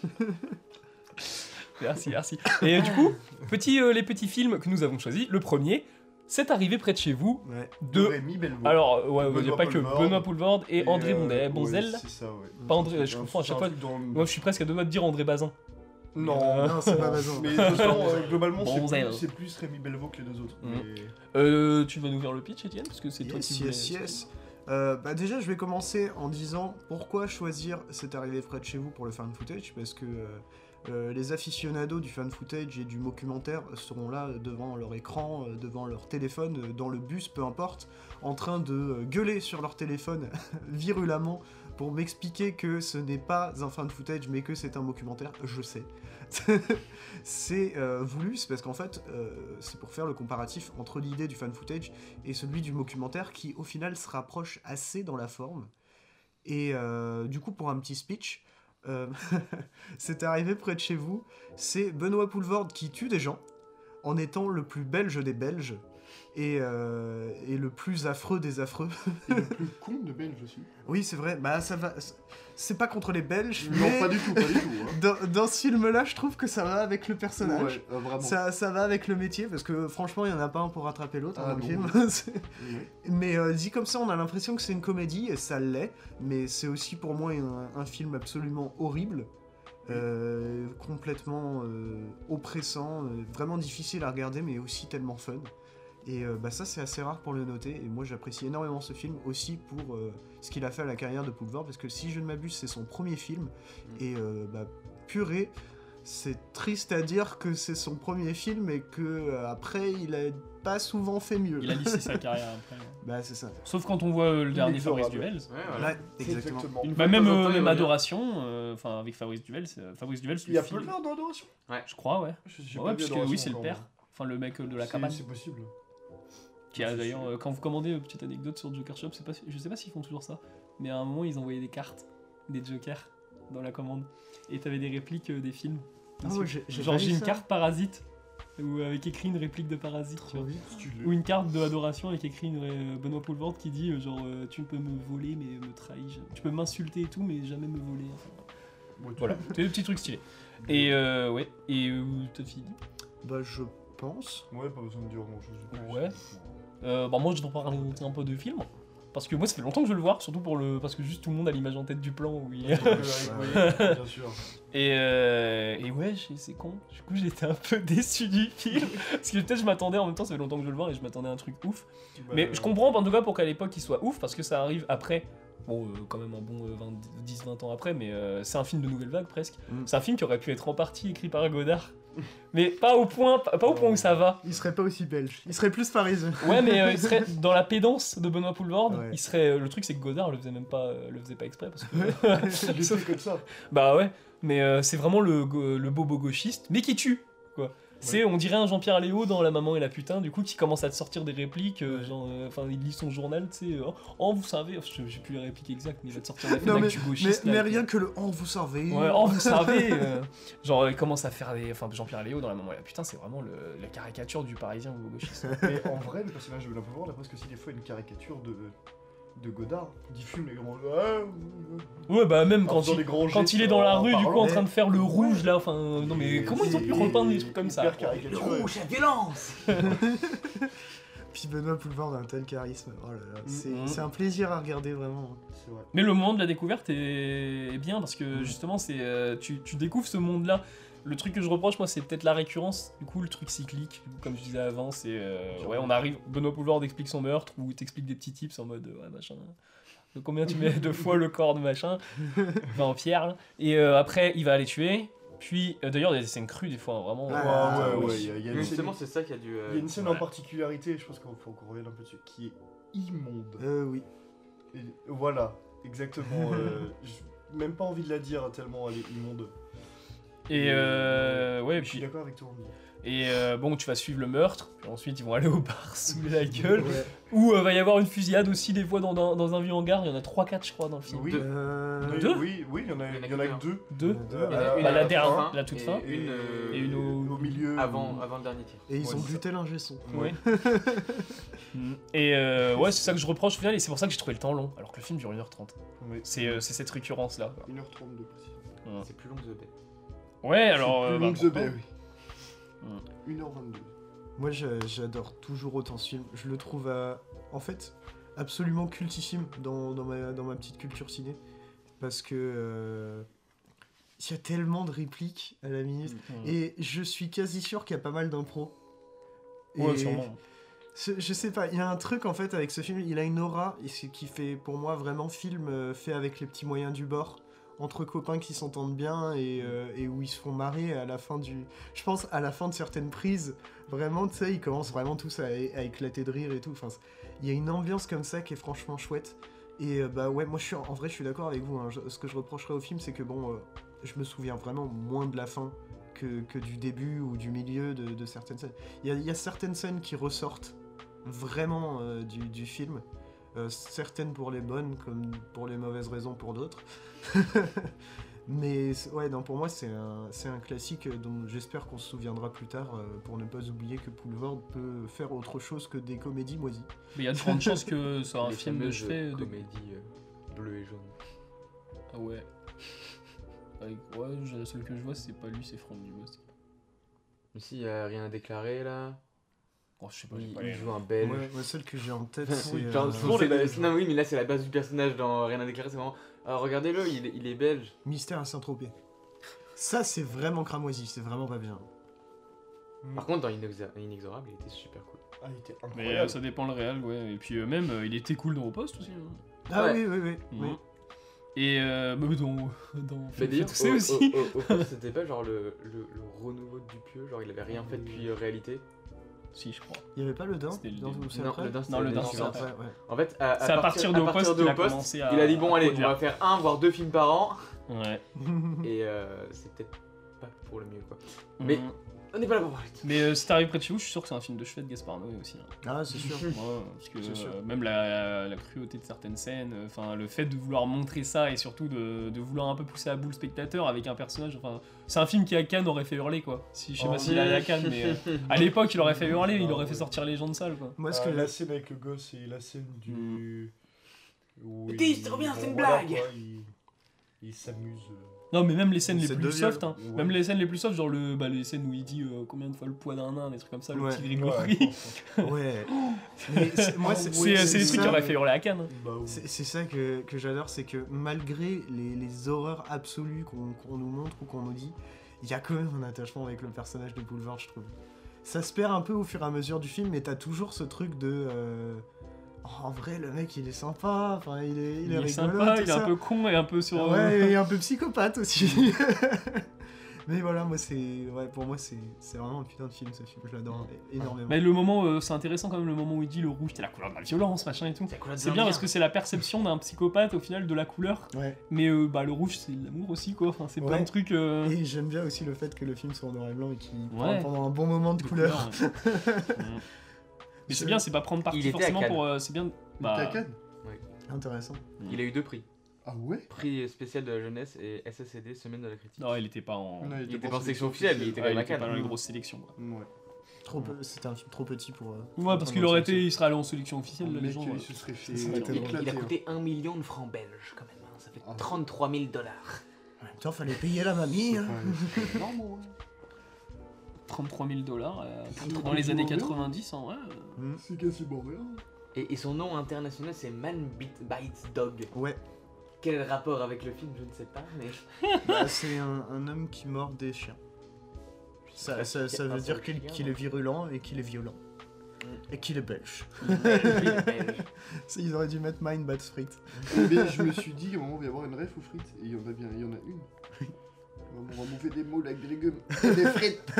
Merci, merci. Et du coup, les petits films que nous avons choisis. Le premier, C'est arrivé près de chez vous. Ouais. De... Rémi Belvaux. Alors, ouais, il n'y a Benoît pas que Poelvoorde. Benoît Poelvoorde et André Bonzel. Ouais, c'est ça, ouais. Pas André, je C'est un- confonds à c'est chaque un fois. truc dans- Moi, je suis presque à deux doigts de dire André Bazin. Non, Non, c'est pas Bazin. Mais de toute façon, globalement, Bonzel. c'est plus Rémi Belvaux que les deux autres. Mhm. Mais- Tu vas nous faire le pitch, Étienne, parce que c'est toi qui Yes, voulais- yes. Bah déjà, je vais commencer en disant pourquoi choisir C'est arrivé près de chez vous pour le fan footage, parce que les aficionados du fan footage et du documentaire seront là devant leur écran, devant leur téléphone, dans le bus, peu importe, en train de gueuler sur leur téléphone virulemment pour m'expliquer que ce n'est pas un fan footage mais que c'est un documentaire. Je sais. C'est voulu, c'est parce qu'en fait, c'est pour faire le comparatif entre l'idée du fan footage et celui du documentaire qui, au final, se rapproche assez dans la forme. Et du coup, pour un petit speech, c'est arrivé près de chez vous, c'est Benoît Poelvoorde qui tue des gens en étant le plus belge des Belges et le plus affreux des affreux. Et le plus con de Belge aussi. Oui, c'est vrai, bah ça va. C'est pas contre les Belges, Non, mais pas du tout, pas du tout. Hein. dans ce film-là, je trouve que ça va avec le personnage. Ouais, vraiment. Ça va avec le métier, parce que franchement, il n'y en a pas un pour rattraper l'autre Ah dans le non. film. C'est- Ouais. mais dit comme ça, on a l'impression que c'est une comédie, et ça l'est, mais c'est aussi pour moi un film absolument horrible, complètement oppressant, vraiment difficile à regarder, mais aussi tellement fun. Et bah ça, c'est assez rare pour le noter, et moi j'apprécie énormément ce film aussi pour ce qu'il a fait à la carrière de Poelvoorde, parce que si je ne m'abuse, c'est son premier film, et bah purée, c'est triste à dire que c'est son premier film et que après il a pas souvent fait mieux. Il a lissé sa carrière après. Ouais. Bah c'est ça. Sauf quand on voit le dernier Fabrice Inexorable. Duvel. Ouais, voilà. Ouais, exactement. Une Bah fois de même, temps en temps, il même revient. Adoration, enfin avec Fabrice Duvel, Fabrice Duvel Il y a film. Paul Verne dans Adoration. Je crois, ouais. J'ai Ouais, pas vu puisque Adoration oui, c'est le encore, père. moi. Enfin, le mec de la C'est- cabane. C'est possible. Qui a c'est d'ailleurs, sûr. quand vous commandez, petite anecdote sur Joker Shop, je sais pas s'ils font toujours ça, mais à un moment ils envoyaient des cartes, des Jokers, dans la commande. Et t'avais des répliques des films. Ah ouais, j'ai Genre pas j'ai vu une ça. carte Parasite, ou avec écrit une réplique de Parasite, tu Trop vois. bien. Stylé. Ou une carte de Adoration avec écrit Benoît Poulvord qui dit tu peux me voler mais me trahir, tu peux m'insulter et tout mais jamais me voler. Enfin, Ouais, voilà, c'est des petits trucs stylés. Et ouais, et t'as fini. Bah je pense. Ouais, pas besoin de dire grand chose. Ouais. Bah moi je vais parler un peu de film. Parce que moi ça fait longtemps que je veux le voir, surtout parce que juste tout le monde a l'image en tête du plan où il... Oui, bien sûr. Et ouais, c'est con. Du coup j'étais un peu déçu du film. Parce que peut-être je m'attendais, en même temps ça fait longtemps que je veux le voir et je m'attendais à un truc ouf. Bah, Mais je comprends en tout cas pour qu'à l'époque il soit ouf, parce que ça arrive après. Bon, quand même un bon 10-20 ans après, mais c'est un film de nouvelle vague presque. Mm. C'est un film qui aurait pu être en partie écrit par Godard. Mais pas au point où ça va. Il serait pas aussi belge. Il serait plus parisien. Ouais, mais il serait dans la pédance de Benoît Poulvord. Ouais. Il serait. Le truc, c'est que Godard le faisait pas exprès parce que. Il était comme ça. Bah ouais, mais c'est vraiment le bobo gauchiste, mais qui tue, quoi. C'est, on dirait un Jean-Pierre Léaud dans La Maman et la Putain, du coup, qui commence à te sortir des répliques, genre, enfin, il lit son journal, tu sais, oh, vous savez, j'ai plus les répliques exactes, mais il va te sortir des Non, répliques mais, du gauchiste. là, mais avec- rien que le oh vous savez. Ouais, oh, vous savez, genre, il commence à faire des. Enfin, Jean-Pierre Léaud dans La Maman et la Putain, c'est vraiment la caricature du parisien bobo gauchiste. Mais en vrai, le personnage de Benoît Poulvord a presque aussi des fois une caricature de Godard. Il fume les grands. Ouais, bah, même En quand faisant il. des grands Quand gestes il est dans la en rue, du coup, en parlant. train de faire le Ouais. rouge là, enfin, non mais comment ils ont pu repeindre des trucs comme ça? Hyper caricaturé. la violence. Puis Benoît Poulvord a un tel charisme. Oh là là, Mhm. c'est un plaisir à regarder vraiment. C'est vrai. Mais le moment de la découverte est bien parce que Mm. justement, c'est tu découvres ce monde-là. Le truc que je reproche, moi, c'est peut-être la récurrence. Du coup, le truc cyclique, du coup, comme je disais avant, c'est ouais, on arrive. Benoît Poulvord explique son meurtre ou t'explique des petits tips en mode ouais machin. Combien tu mets deux fois le corps de machin, enfin en pierre. Là. Et après, il va aller tuer. Puis d'ailleurs, il y a des scènes crues des fois, hein, vraiment. Ah, ouais, oui. ouais. Il y a une scène, Justement, c'est ça qui a dû. il y a une scène Ouais. en particularité, je pense qu'il faut qu'on revienne un peu dessus, qui est immonde. Oui. Et voilà, exactement. Même pas envie de la dire tellement elle est immonde. Et ouais, Je suis puis d'accord avec toi. Andy. et bon, tu vas suivre le meurtre. Puis ensuite, ils vont aller au bar saouler la gueule. Ouais. Ou va y avoir une fusillade aussi des fois dans un vieux hangar. Il y en a 3-4 je crois dans le film. Oui. Deux. Deux Oui, il y en a, Il y en a il y en a que que deux. Deux. Une Bah, à la la dernière, fin, la toute et fin. Une, et une au milieu. avant le dernier tir. Et ils Ouais, ont c'est buté l'ingé son. Oui. Et ouais, c'est ça que je reproche au final, et c'est pour ça que j'ai trouvé le temps long, alors que le film dure 1h30. Oui. C'est cette récurrence là. 1h32 précis. C'est plus long que The Bay. Ouais, alors. C'est plus bah, long que The pourtant. Bay, oui. 1h22. Moi j'adore toujours autant ce film. Je le trouve en fait absolument cultissime dans ma petite culture ciné. Parce que il y a tellement de répliques à la minute. Et je suis quasi sûr qu'il y a pas mal d'impro. Ouais, Et sûrement. je sais pas, il y a un truc en fait avec ce film, il a une aura et c'est qui fait pour moi vraiment film fait avec les petits moyens du bord. Entre copains qui s'entendent bien et où ils se font marrer à la fin du... Je pense à la fin de certaines prises, vraiment, tu sais, ils commencent vraiment tous à éclater de rire et tout. Enfin, il y a une ambiance comme ça qui est franchement chouette. Et bah ouais, moi en vrai je suis d'accord avec vous. Hein. Ce que je reprocherais au film, c'est que bon, je me souviens vraiment moins de la fin que du début ou du milieu de certaines scènes. Il y a certaines scènes qui ressortent vraiment du film. Certaines pour les bonnes, comme pour les mauvaises raisons pour d'autres. Mais ouais, non, pour moi, c'est un classique dont j'espère qu'on se souviendra plus tard pour ne pas oublier que Poulvord peut faire autre chose que des comédies moisies. Mais il y a de grandes chances que ce soit un Les film de fameuses chevet. comédie bleu et jaune. Ah ouais. Ouais, la seule que je vois, c'est pas lui, c'est Franck Dubosc. Mais si, y a rien à déclarer là. Oh, je sais pas, Il, j'ai pas il les- joue un belge. Moi, celle que j'ai en tête, Oui, c'est... genre, toujours c'est les Belges. non, oui, mais là c'est la base du personnage dans Rien à déclarer, c'est vraiment. Regardez-le, il est belge. Mystère à Saint-Tropez. Ça, c'est vraiment cramoisi, c'est vraiment pas bien. Par contre, dans Inexorable, il était super cool. Ah, il était Mais incroyable. ça dépend le réel, ouais. Et puis même, il était cool dans Au Poste aussi. Hein. Ah Ouais. oui, oui, oui. Mhm. oui. Et dans Mais d'ailleurs, tu sais aussi. au fond, c'était pas genre le renouveau de Dupieux, genre il avait rien fait depuis réalité. Si, je crois. Il y avait pas le Dain C'était le dans début. c'est Non, après le Dain, c'était Non, le l'année Dain, C'est suivante. après, ouais. En fait, C'est à partir de Au Poste qu'il a commencé à. il a dit bon, allez, on produire. va faire 1 voire 2 films par an. Ouais. Et c'est peut-être pas pour le mieux quoi. Mais Mm. on n'est pas là pour parler de ça. Mais si t'arrives près de chez vous, je suis sûr que c'est un film de chevet de Gaspard Noé aussi. Hein. Ah, c'est sûr. Ouais, parce que C'est sûr. même la cruauté de certaines scènes, enfin le fait de vouloir montrer ça et surtout de vouloir un peu pousser à bout le spectateur avec un personnage, enfin c'est un film qui à Cannes aurait fait hurler quoi. Si je sais Oh, pas s'il allait à Cannes, mais à l'époque il aurait fait hurler, il aurait fait sortir les gens de salle quoi. Moi, ce que La scène avec le gosse et la scène du. Où Dis, c'est trop bien, c'est une voilà, blague. quoi, il s'amuse. Non mais même les scènes les C'est plus deux soft, hein. Ouais. Même les scènes les plus soft, genre les scènes où il dit combien de fois le poids d'un nain, des trucs comme ça, le Ouais. petit Grégory. Ouais. Mais moi, C'est des trucs qui ça- auraient fait hurler à Cannes. Hein. Bah, oui. C'est ça que j'adore, c'est que malgré les horreurs absolues qu'on nous montre ou qu'on nous dit, il y a quand même un attachement avec le personnage de Boulevard, je trouve. Ça se perd un peu au fur et à mesure du film, mais t'as toujours ce truc de... oh, en vrai, le mec, il est sympa, enfin, il est rigolo, sympa, tout il est ça. un peu con et un peu sur... Ouais, et un peu psychopathe aussi. Mais voilà, moi, pour moi, c'est vraiment un putain de film, ce film, je l'adore énormément. Mais le moment, c'est intéressant quand même, le moment où il dit le rouge, c'est la couleur de la violence, machin et tout. C'est bien parce que c'est la perception d'un psychopathe au final de la couleur. Ouais. Mais le rouge, c'est l'amour aussi quoi. Enfin, c'est plein Ouais. de trucs. Et j'aime bien aussi le fait que le film soit en noir et blanc et qu'il Ouais. prend pendant un bon moment de couleur. ouais. Mais c'est bien, c'est pas prendre Il parti était à forcément Cannes. pour. C'est bien. Il était à Bah, Cannes. Intéressant. Il a eu 2 prix. Ah ouais? Prix spécial de la jeunesse et SSCD, semaine de la critique. non, il était pas en. Non, Il était pas en sélection officielle, mais il était quand Ouais, il même à était pas dans Cannes. les grosses sélections. Quoi. Ouais. C'était un film trop petit pour. Ouais, parce qu'il aurait été, il serait allé en sélection officielle, Le là, les mec, gens. il se serait fait Ça aurait été drôle. Il a éclater. coûté 1 million de francs belges quand même. Hein. Ça fait Ah. 33 000 $. En même temps, fallait payer la mamie. Hein. C'est énorme, ouais. 33 000 $. C'est Dans les années quasiment 90, en vrai. C'est quasiment rien. Et son nom international c'est Man Bites Dog. Ouais, Quel est le rapport avec le film, je ne sais pas, mais. bah, c'est un homme qui mord des chiens. Ça veut dire qu'il est virulent et qu'il est violent. Et qu'il est belge. Ils auraient dû mettre Mine Bad Frites. Mais je me suis dit, au moment où il va y avoir une ref aux frites, et il y en a bien, il y en a une. On va bouffer des moules avec des légumes. Et des frites.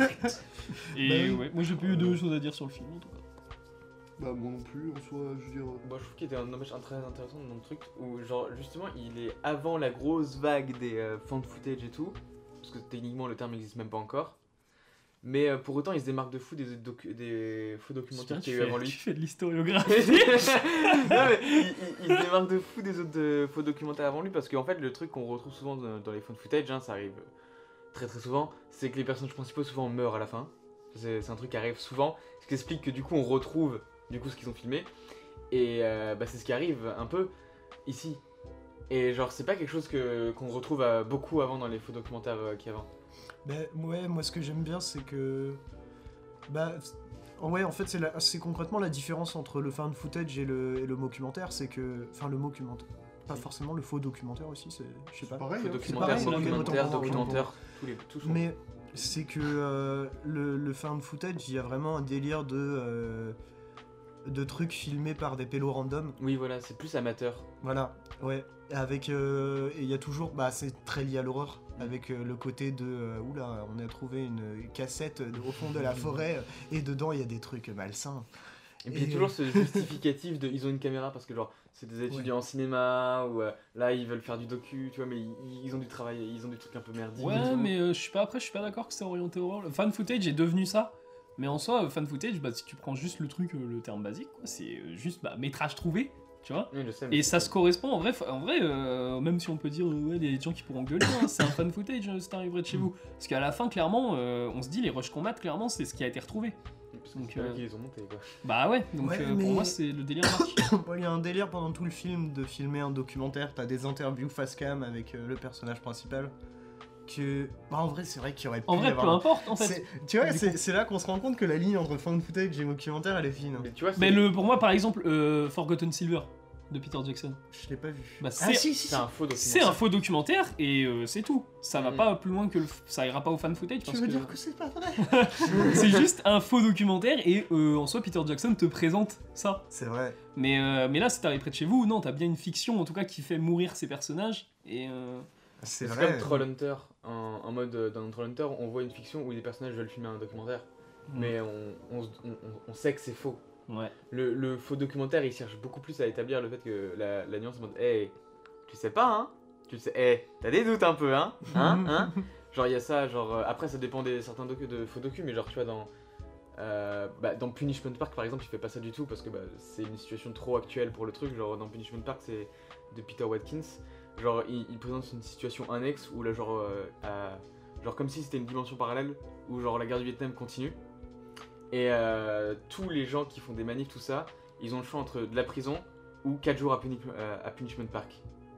Et Bah oui. ouais, moi j'ai plus deux choses à dire sur le film en tout cas. Bah moi non plus, en soi, je veux dire... Moi je trouve qu'il était un hommage très intéressant dans le truc où genre justement il est avant la grosse vague des fan footage et tout, parce que techniquement le terme n'existe même pas encore, mais pour autant il se démarque de fou des faux documentaires qu'il y a eu avant Tu lui. fais de l'historiographie. Non, mais il se démarque de fou des autres faux documentaires avant lui parce qu'en fait le truc qu'on retrouve souvent dans les fan footage, hein, ça arrive très très souvent, c'est que les personnages principaux souvent meurent à la fin. C'est un truc qui arrive souvent, ce qui explique que du coup on retrouve du coup ce qu'ils ont filmé et bah, c'est ce qui arrive un peu ici et genre c'est pas quelque chose qu'on retrouve beaucoup avant dans les faux documentaires qu'il y a avant. Bah, ouais, moi ce que j'aime bien, c'est que. Bah. Ouais, en fait, c'est concrètement la différence entre le fan footage et le mockumentaire. C'est que. Enfin, le mockumentaire. Pas forcément le faux documentaire aussi, je sais pas. Pareil, Faux hein, documentaire, pareil, faux ok, documentaire, autant pour moi, documentaire, tous sont. Mais c'est que le fan footage, il y a vraiment un délire de trucs filmés par des pélos random. Oui voilà, c'est plus amateur. Voilà, ouais. Avec. Et il y a toujours. Bah, c'est très lié à l'horreur. Avec le côté de. Oula, on a trouvé une cassette au fond de la forêt. Et dedans, il y a des trucs malsains. Et puis il y a toujours ce justificatif de ils ont une caméra parce que genre c'est des étudiants en cinéma ou là ils veulent faire du docu, tu vois, mais ils ont du travail, ils ont des trucs un peu merdiques. et Ouais, tout. mais je suis pas d'accord que c'est orienté horreur. Le fan footage est devenu ça. Mais en soi, fan footage, bah, si tu prends juste le truc, le terme basique, quoi, c'est juste bah, métrage trouvé, tu vois. Oui, je sais, mais Et c'est- ça se correspond, en vrai même si on peut dire, ouais, il y a des gens qui pourront gueuler, hein, c'est un fan footage, ça arriverait de chez vous. Parce qu'à la fin, clairement, on se dit, les rushs qu'on mate, clairement, c'est ce qui a été retrouvé. Parce que donc, c'est eux qui les ont montés quoi. Bah ouais, donc Ouais, pour mais- moi, c'est le délire marche. Bon, il y a un délire pendant tout le film de filmer un documentaire. T'as des interviews face cam avec le personnage principal. Que. Bah, en vrai, c'est vrai qu'il y aurait pu En y vrai, peu avoir. importe, en fait. Tu vois, Du c'est là qu'on se rend compte que la ligne entre fan footage et documentaire, elle est fine. Mais tu vois, Mais pour moi, par exemple, Forgotten Silver, de Peter Jackson. Je l'ai pas vu. Bah, Ah si, si, C'est si. un faux C'est documentaire. un faux documentaire et c'est tout. Ça va Mhm. pas plus loin que ça ira pas au fan footage Tu parce veux que dire que c'est pas vrai? c'est juste un faux documentaire et en soi Peter Jackson te présente ça. C'est vrai. Mais là si t'arrives près de chez vous, non, t'as bien une fiction en tout cas qui fait mourir ces personnages et C'est C'est vrai. comme Trollhunter. En mode, dans Trollhunter, on voit une fiction où les personnages veulent filmer un documentaire. Mais on sait que c'est faux. ouais. Le faux documentaire, il cherche beaucoup plus à établir le fait que la nuance en mode hey, tu sais pas, hein? Tu sais, hey, t'as des doutes un peu, hein? Hein? Genre, il y a ça, genre. Après, ça dépend des certains de faux docus, mais genre, tu vois, dans Punishment Park, par exemple, il fait pas ça du tout parce que c'est une situation trop actuelle pour le truc. Genre, dans Punishment Park, c'est de Peter Watkins. Genre, il présente une situation annexe où, là, genre, comme si c'était une dimension parallèle où, genre, la guerre du Vietnam continue. Et tous les gens qui font des manifs, tout ça, ils ont le choix entre de la prison ou 4 jours à Punishment Park.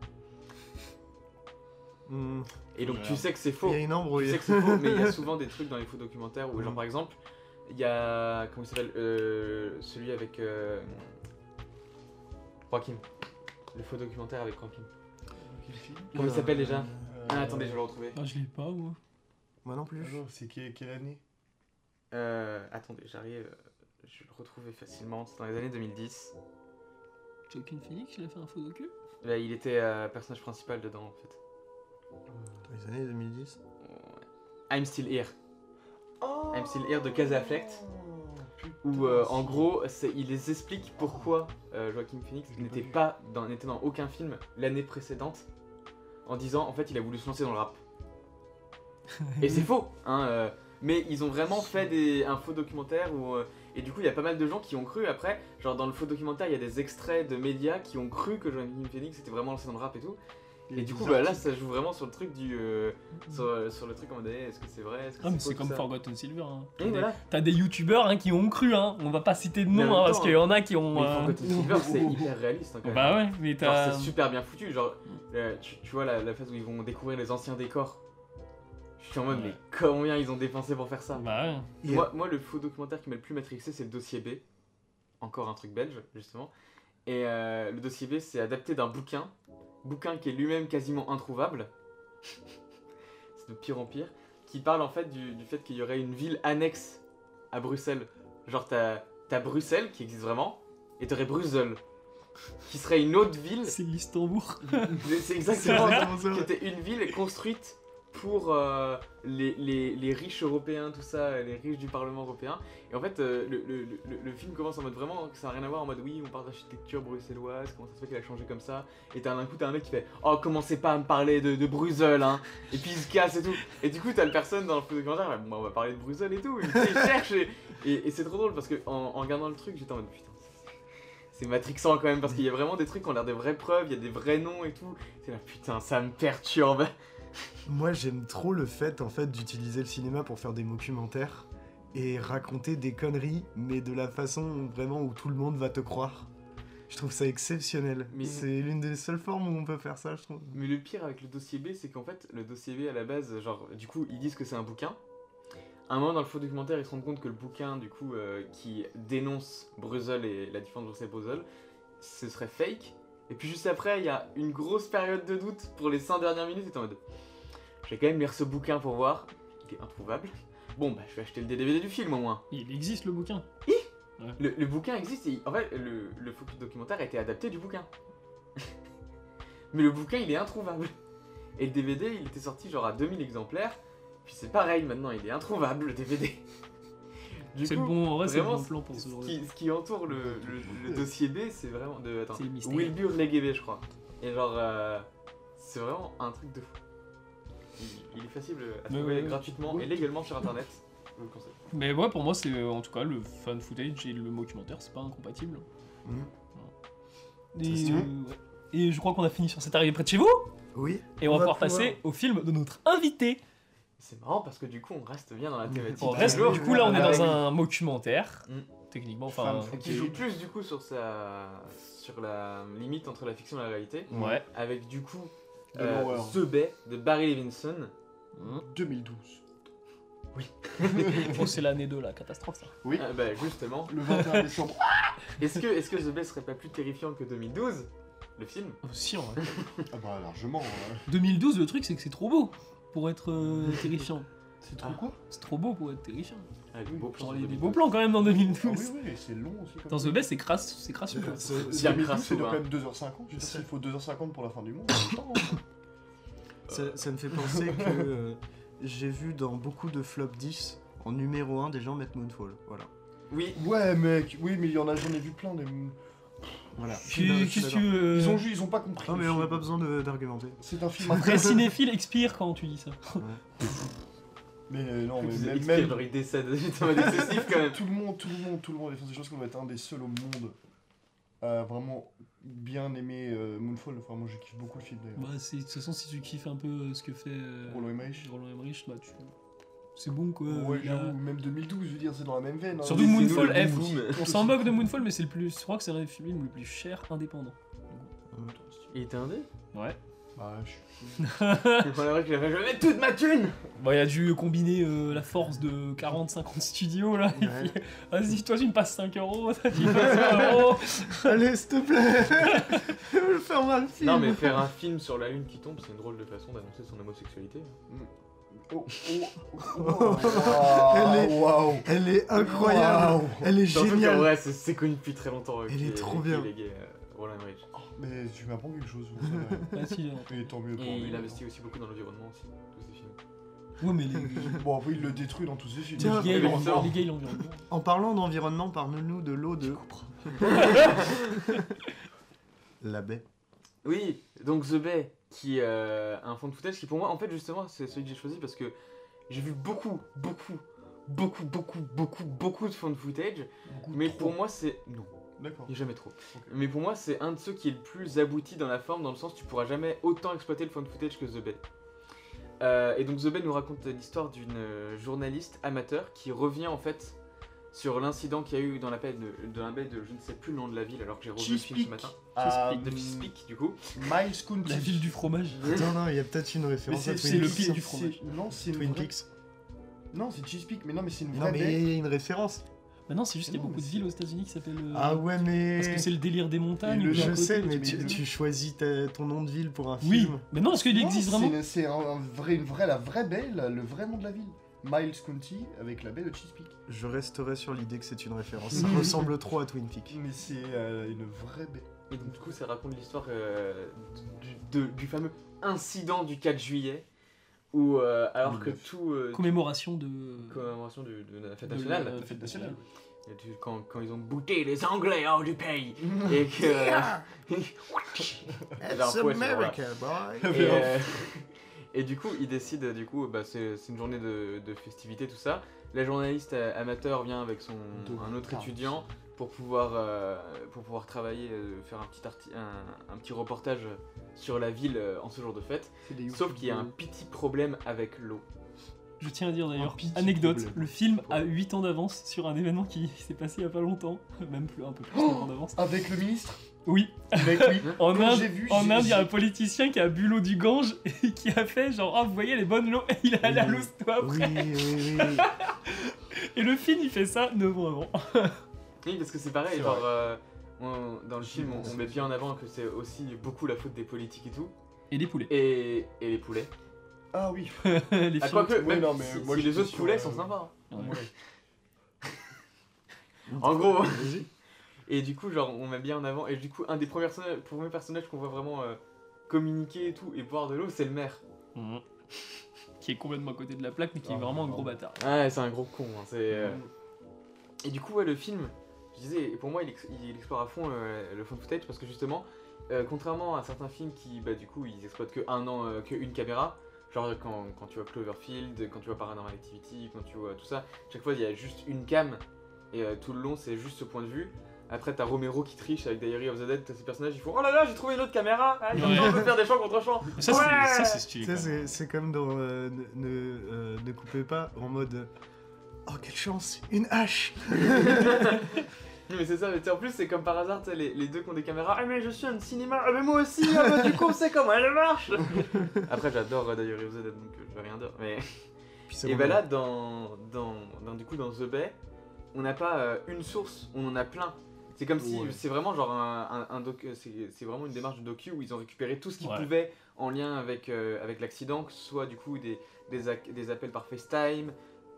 Hmm. Et donc Voilà. tu sais que c'est Il faux. y a une Tu embrouille. sais que c'est faux, mais il y a souvent des trucs dans les faux documentaires où, genre Mm. par exemple, il y a. Comment il s'appelle celui avec. Joaquin. Le faux documentaire avec Joaquin. Comment il s'appelle déjà attendez, je vais le retrouver. Ah, je l'ai pas moi. Moi non plus. Alors, c'est quelle année? Attendez, j'arrive. Je vais le retrouver facilement. C'est dans les années 2010. Joaquin Phoenix, il a fait un faux docu. Là, il était personnage principal dedans en fait. Dans les années 2010. Ouais. I'm Still Here. Oh, I'm Still Here de Casey Affleck. Où en gros, il les explique pourquoi Joaquin Phoenix n'était dans aucun film l'année précédente, en disant en fait il a voulu se lancer dans le rap. Et c'est faux, hein, mais ils ont vraiment fait un faux documentaire où, et du coup il y a pas mal de gens qui ont cru après, genre dans le faux documentaire il y a des extraits de médias qui ont cru que Joaquin Phoenix était vraiment lancé dans le rap et tout. Et du coup là ça joue vraiment sur le truc sur le truc en mode est-ce que c'est vrai, est-ce que Ah mais faux, c'est tout comme ça. Forgotten Silver. Hein. Et voilà. T'as des youtubeurs hein, qui ont cru, hein. On va pas citer de Mais en nom même hein, parce temps, qu'il y en a qui ont. Mais Forgotten Silver c'est hyper réaliste hein, quand même. Bah ouais, mais Genre t'as. c'est super bien foutu, genre tu vois la phase où ils vont découvrir les anciens décors. Je suis en mode Ouais. mais combien ils ont dépensé pour faire ça. Bah ouais. Et- Moi le faux documentaire qui m'a le plus matrixé c'est le dossier B. Encore un truc belge justement. Et le dossier B c'est adapté d'un bouquin qui est lui-même quasiment introuvable. C'est de pire en pire. Qui parle en fait du fait qu'il y aurait une ville annexe à Bruxelles. Genre t'as Bruxelles qui existe vraiment et t'aurais Bruxelles qui serait une autre ville. C'est l'Istanbul. C'est exactement ça. exactement ça. Qui était une ville construite pour les riches européens, tout ça, les riches du Parlement européen. Et en fait, le film commence en mode vraiment, ça n'a rien à voir, en mode oui, on parle d'architecture bruxelloise, comment ça se fait qu'elle a changé comme ça. Et d'un coup, t'as un mec qui fait oh, commencez pas à me parler de Bruxelles, hein. Et puis il se casse et tout. Et du coup, t'as le personne dans le faux documentaire, bon, bah, on va parler de Bruxelles et tout. Et il cherche. Et c'est trop drôle parce que en regardant le truc, j'étais en mode putain. C'est matrixant quand même parce qu'il y a vraiment des trucs qui ont l'air des vraies preuves, il y a des vrais noms et tout. C'est là putain, ça me perturbe. Moi, j'aime trop le fait, en fait, d'utiliser le cinéma pour faire des documentaires et raconter des conneries, mais de la façon vraiment où tout le monde va te croire. Je trouve ça exceptionnel. Mais- C'est l'une des seules formes où on peut faire ça, je trouve. Mais le pire avec le dossier B, c'est qu'en fait, le dossier B à la base, genre, du coup, ils disent que c'est un bouquin. À un moment dans le faux documentaire, ils se rendent compte que le bouquin, du coup, qui dénonce Bruxelles et la différence Bruxelles-Bruxelles, ce serait fake. Et puis juste après, il y a une grosse période de doute pour les 5 dernières minutes. Et t'es en mode, je vais quand même lire ce bouquin pour voir. Il est introuvable. Bon, bah, je vais acheter le DVD du film au moins. Il existe le bouquin. Le bouquin existe et en fait, le faux documentaire a été adapté du bouquin. Mais le bouquin, il est introuvable. Et le DVD, il était sorti genre à 2000 exemplaires. Puis c'est pareil, maintenant, il est introuvable, le DVD. Du C'est coup, le bon, en vrai, c'est le vraiment, bon plan pour ce genre de truc. ce qui entoure le dossier B, c'est vraiment de... Attends, C'est le mystère. Wilbur Leguebe, je crois. Et genre, c'est vraiment un truc de fou. Il est facile à Mais trouver ouais. gratuitement et légalement sur internet. Je vous le conseille. Mais ouais, pour moi, c'est en tout cas le fan footage et le documentaire, c'est pas incompatible. Mhm. Et, C'est sûr. ouais. Et je crois qu'on a fini sur cette arrivée près de chez vous. Oui. Et on va pouvoir passer au film de notre invité. C'est marrant parce que du coup, on reste bien dans la thématique. On reste, Toujours du coup, là, on est avec- dans un documentaire. Mm. Techniquement, enfin. Qui joue plus du coup sur la limite entre la fiction et la réalité. Ouais. Avec du coup De l'horreur. The Bay de Barry Levinson. 2012. Oh, c'est l'année 2, la catastrophe, ça. Oui, Bah, justement. le 21 décembre. Est-ce que The Bay serait pas plus terrifiant que 2012, le film? Aussi, en vrai. Ah bah largement. 2012, le truc, c'est que c'est trop beau pour être terrifiant. C'est trop quoi? C'est trop beau pour être terrifiant. Avec des beaux plans. Genre, sur il y a des 2012. beaux plans quand même dans 2012. Ah oui, oui, c'est long aussi. Comme Dans ça. The Bay, c'est crasse, quoi. Bien 2012, crasse, c'est hein. quand même 2h50. Je veux dire, s'il faut 2h50 pour la fin du monde, c'est le temps. Ça me fait penser que j'ai vu dans beaucoup de flop 10, en numéro 1, des gens mettre Moonfall. Voilà. Oui, Ouais, mec, oui, mais j'en ai vu plein. Voilà. Qu'est-ce que tu veux Ils ont pas compris. Non, mais le on n'a film. pas besoin d'argumenter. C'est un film. Un vrai cinéphile expire quand tu dis ça. Mais non, mais il même, expire, genre il décède en mode excessif quand même. tout le monde défense des choses qu'on va être un des seuls au monde à vraiment bien aimer Moonfall. Enfin, moi, je kiffe beaucoup le film d'ailleurs. Bah, de toute façon, si tu kiffes un peu ce que fait Roland Emmerich. Roland Emmerich, bah, c'est bon quoi. Ouais, il a- j'avoue, même 2012, je veux dire, c'est dans la même veine. hein. Surtout Mais c'est Moonfall, nous, le F. boom. On s'en moque de Moonfall, mais c'est le plus. Je crois que c'est un des films le plus cher indépendant. Il était indé? Ouais. Bah, je suis. Voilà, je vais mettre toute ma thune. Bah, il a dû combiner la force de 40-50 studios là. Et Ouais. puis, vas-y, toi tu me passes 5 euros, toi tu me passes 1 euro. Allez, s'il te plaît. Je veux faire mal le film. Non, mais faire un film sur la lune qui tombe, c'est une drôle de façon d'annoncer son homosexualité. Oh, Elle est- Waouh! Elle est incroyable. Waouh. Elle est Surtout qu'en géniale. vrai, c'est connu depuis très longtemps. Elle qu'il est trop bien. qu'il est gay, Roland Emmerich. Mais tu m'apprends quelque chose, vous savez. Ah, si, Et tant mieux pour Et lui. il investit aussi beaucoup dans l'environnement aussi, tous ses films. ouais, mais les Bon, après, il le détruit dans tous ses films. Tiens, gays, mais les gays, l'environnement. En parlant d'environnement, parle-nous de l'eau de la baie. Oui, donc The Bay, qui est un fond de footage qui pour moi, en fait justement, c'est celui que j'ai choisi parce que j'ai vu beaucoup de fonds de footage, mais pour moi c'est... Non, D'accord. il n'y a jamais trop. Ok. Mais pour moi c'est un de ceux qui est le plus abouti dans la forme, dans le sens tu pourras jamais autant exploiter le fond de footage que The Bay. Et donc The Bay nous raconte l'histoire d'une journaliste amateur qui revient en fait sur l'incident qu'il y a eu dans la baie de je ne sais plus le nom de la ville alors que j'ai revu le film ce Chesapeake. matin. Ah, De Chesapeake du coup. Miles County. La ville du fromage. Attends, non, il y a peut-être une Mais référence à c'est Twin le Peaks. pic du fromage. Non, c'est une Twin vraie- Peaks. Non, c'est Chesapeake, mais non, mais c'est une Non, vraie mais baie. il y a une référence. Bah non, c'est juste qu'il y a Non, beaucoup de mais villes aux États-Unis qui s'appellent. Ah ouais, mais. Parce que c'est le délire des montagnes. Et le ou d'un Je côté, sais, tu mais mets tu, deux. tu choisis ton nom de ville pour un Oui, film. mais non, parce qu'il Non, existe vraiment. C'est la vraie baie, le vrai nom de la ville. Miles County avec la baie de Chesapeake. Je resterai sur l'idée que c'est une référence. Ça ressemble trop à Twin Peaks. Mais c'est une vraie baie. Et donc du coup ça raconte l'histoire du fameux incident du 4 juillet où alors que tout... Commémoration de. commémoration de la fête de nationale. la fête nationale. Et quand ils ont bouté les Anglais hors du pays et que... It's America, boy. Et du coup, ils décident, c'est une journée de festivité, tout ça. La journaliste amateur vient avec un autre étudiant pour pouvoir travailler, faire un petit reportage sur la ville en ce jour de fête. Sauf qu'il y a un petit problème avec l'eau. Je tiens à dire d'ailleurs, Un petit anecdote, problème. le film a 8 ans d'avance sur un événement qui s'est passé il y a pas longtemps. Même plus, un peu plus 9 ans d'avance. Avec le ministre. Oui, Avec lui. en Quand Inde, j'ai vu, en j'ai- Inde, il y a un j'ai- politicien qui a bu l'eau du Gange et qui a fait genre, ah vous voyez les bonnes l'eau, et il est allé à Oui. l'hosto après. Oui. Et le film il fait ça 9 ans avant. Oui, parce que c'est pareil, C'est genre, vrai. dans le film, on met bien en avant que c'est aussi beaucoup la faute des politiques et tout. Et les poulets. Et les poulets. Ah oui. Les Ah, films. quoique, Ouais, même non, mais si, moi, si les j'étais autres sur, poulets sont sympas. Ouais. En gros. Et du coup, genre, on met bien en avant. Et du coup, un des premiers personnages qu'on voit vraiment communiquer et tout, et boire de l'eau, c'est le maire. Mhm. Qui est complètement à côté de la plaque, mais qui est Ah, vraiment un non. gros bâtard. Ouais, c'est un gros con. Hein, Et du coup, ouais, le film, je disais, pour moi, il explore à fond le fond footage parce que justement, contrairement à certains films qui, bah, du coup, ils exploitent qu'une caméra, genre quand tu vois Cloverfield, quand tu vois Paranormal Activity, quand tu vois tout ça, chaque fois il y a juste une cam et tout le long c'est juste ce point de vue. Après, t'as Romero qui triche avec Diary of the Dead, t'as ces personnages, ils font oh là là, j'ai trouvé une autre caméra, ah, comme ça, on peut faire des champs contre champs. Ça, Ouais. c'est stylé. Tu quand sais, même. c'est comme dans ne coupez pas, en mode oh quelle chance, une hache. Oui, mais c'est ça, mais tu sais, en plus c'est comme par hasard, tu sais, les deux qui ont des caméras, ah mais je suis un cinéma, ah mais moi aussi, ah bah du coup on sait comment elle marche. Après j'adore Diary of the Dead donc je vais rien dire, mais... Puis ça Et va bah bien. là, dans The Bay, on n'a pas une source, on en a plein. C'est comme si, Ouais. c'est vraiment genre c'est vraiment une démarche de docu où ils ont récupéré tout ce qu'ils Ouais. pouvaient en lien avec l'accident, que ce soit du coup des appels par FaceTime,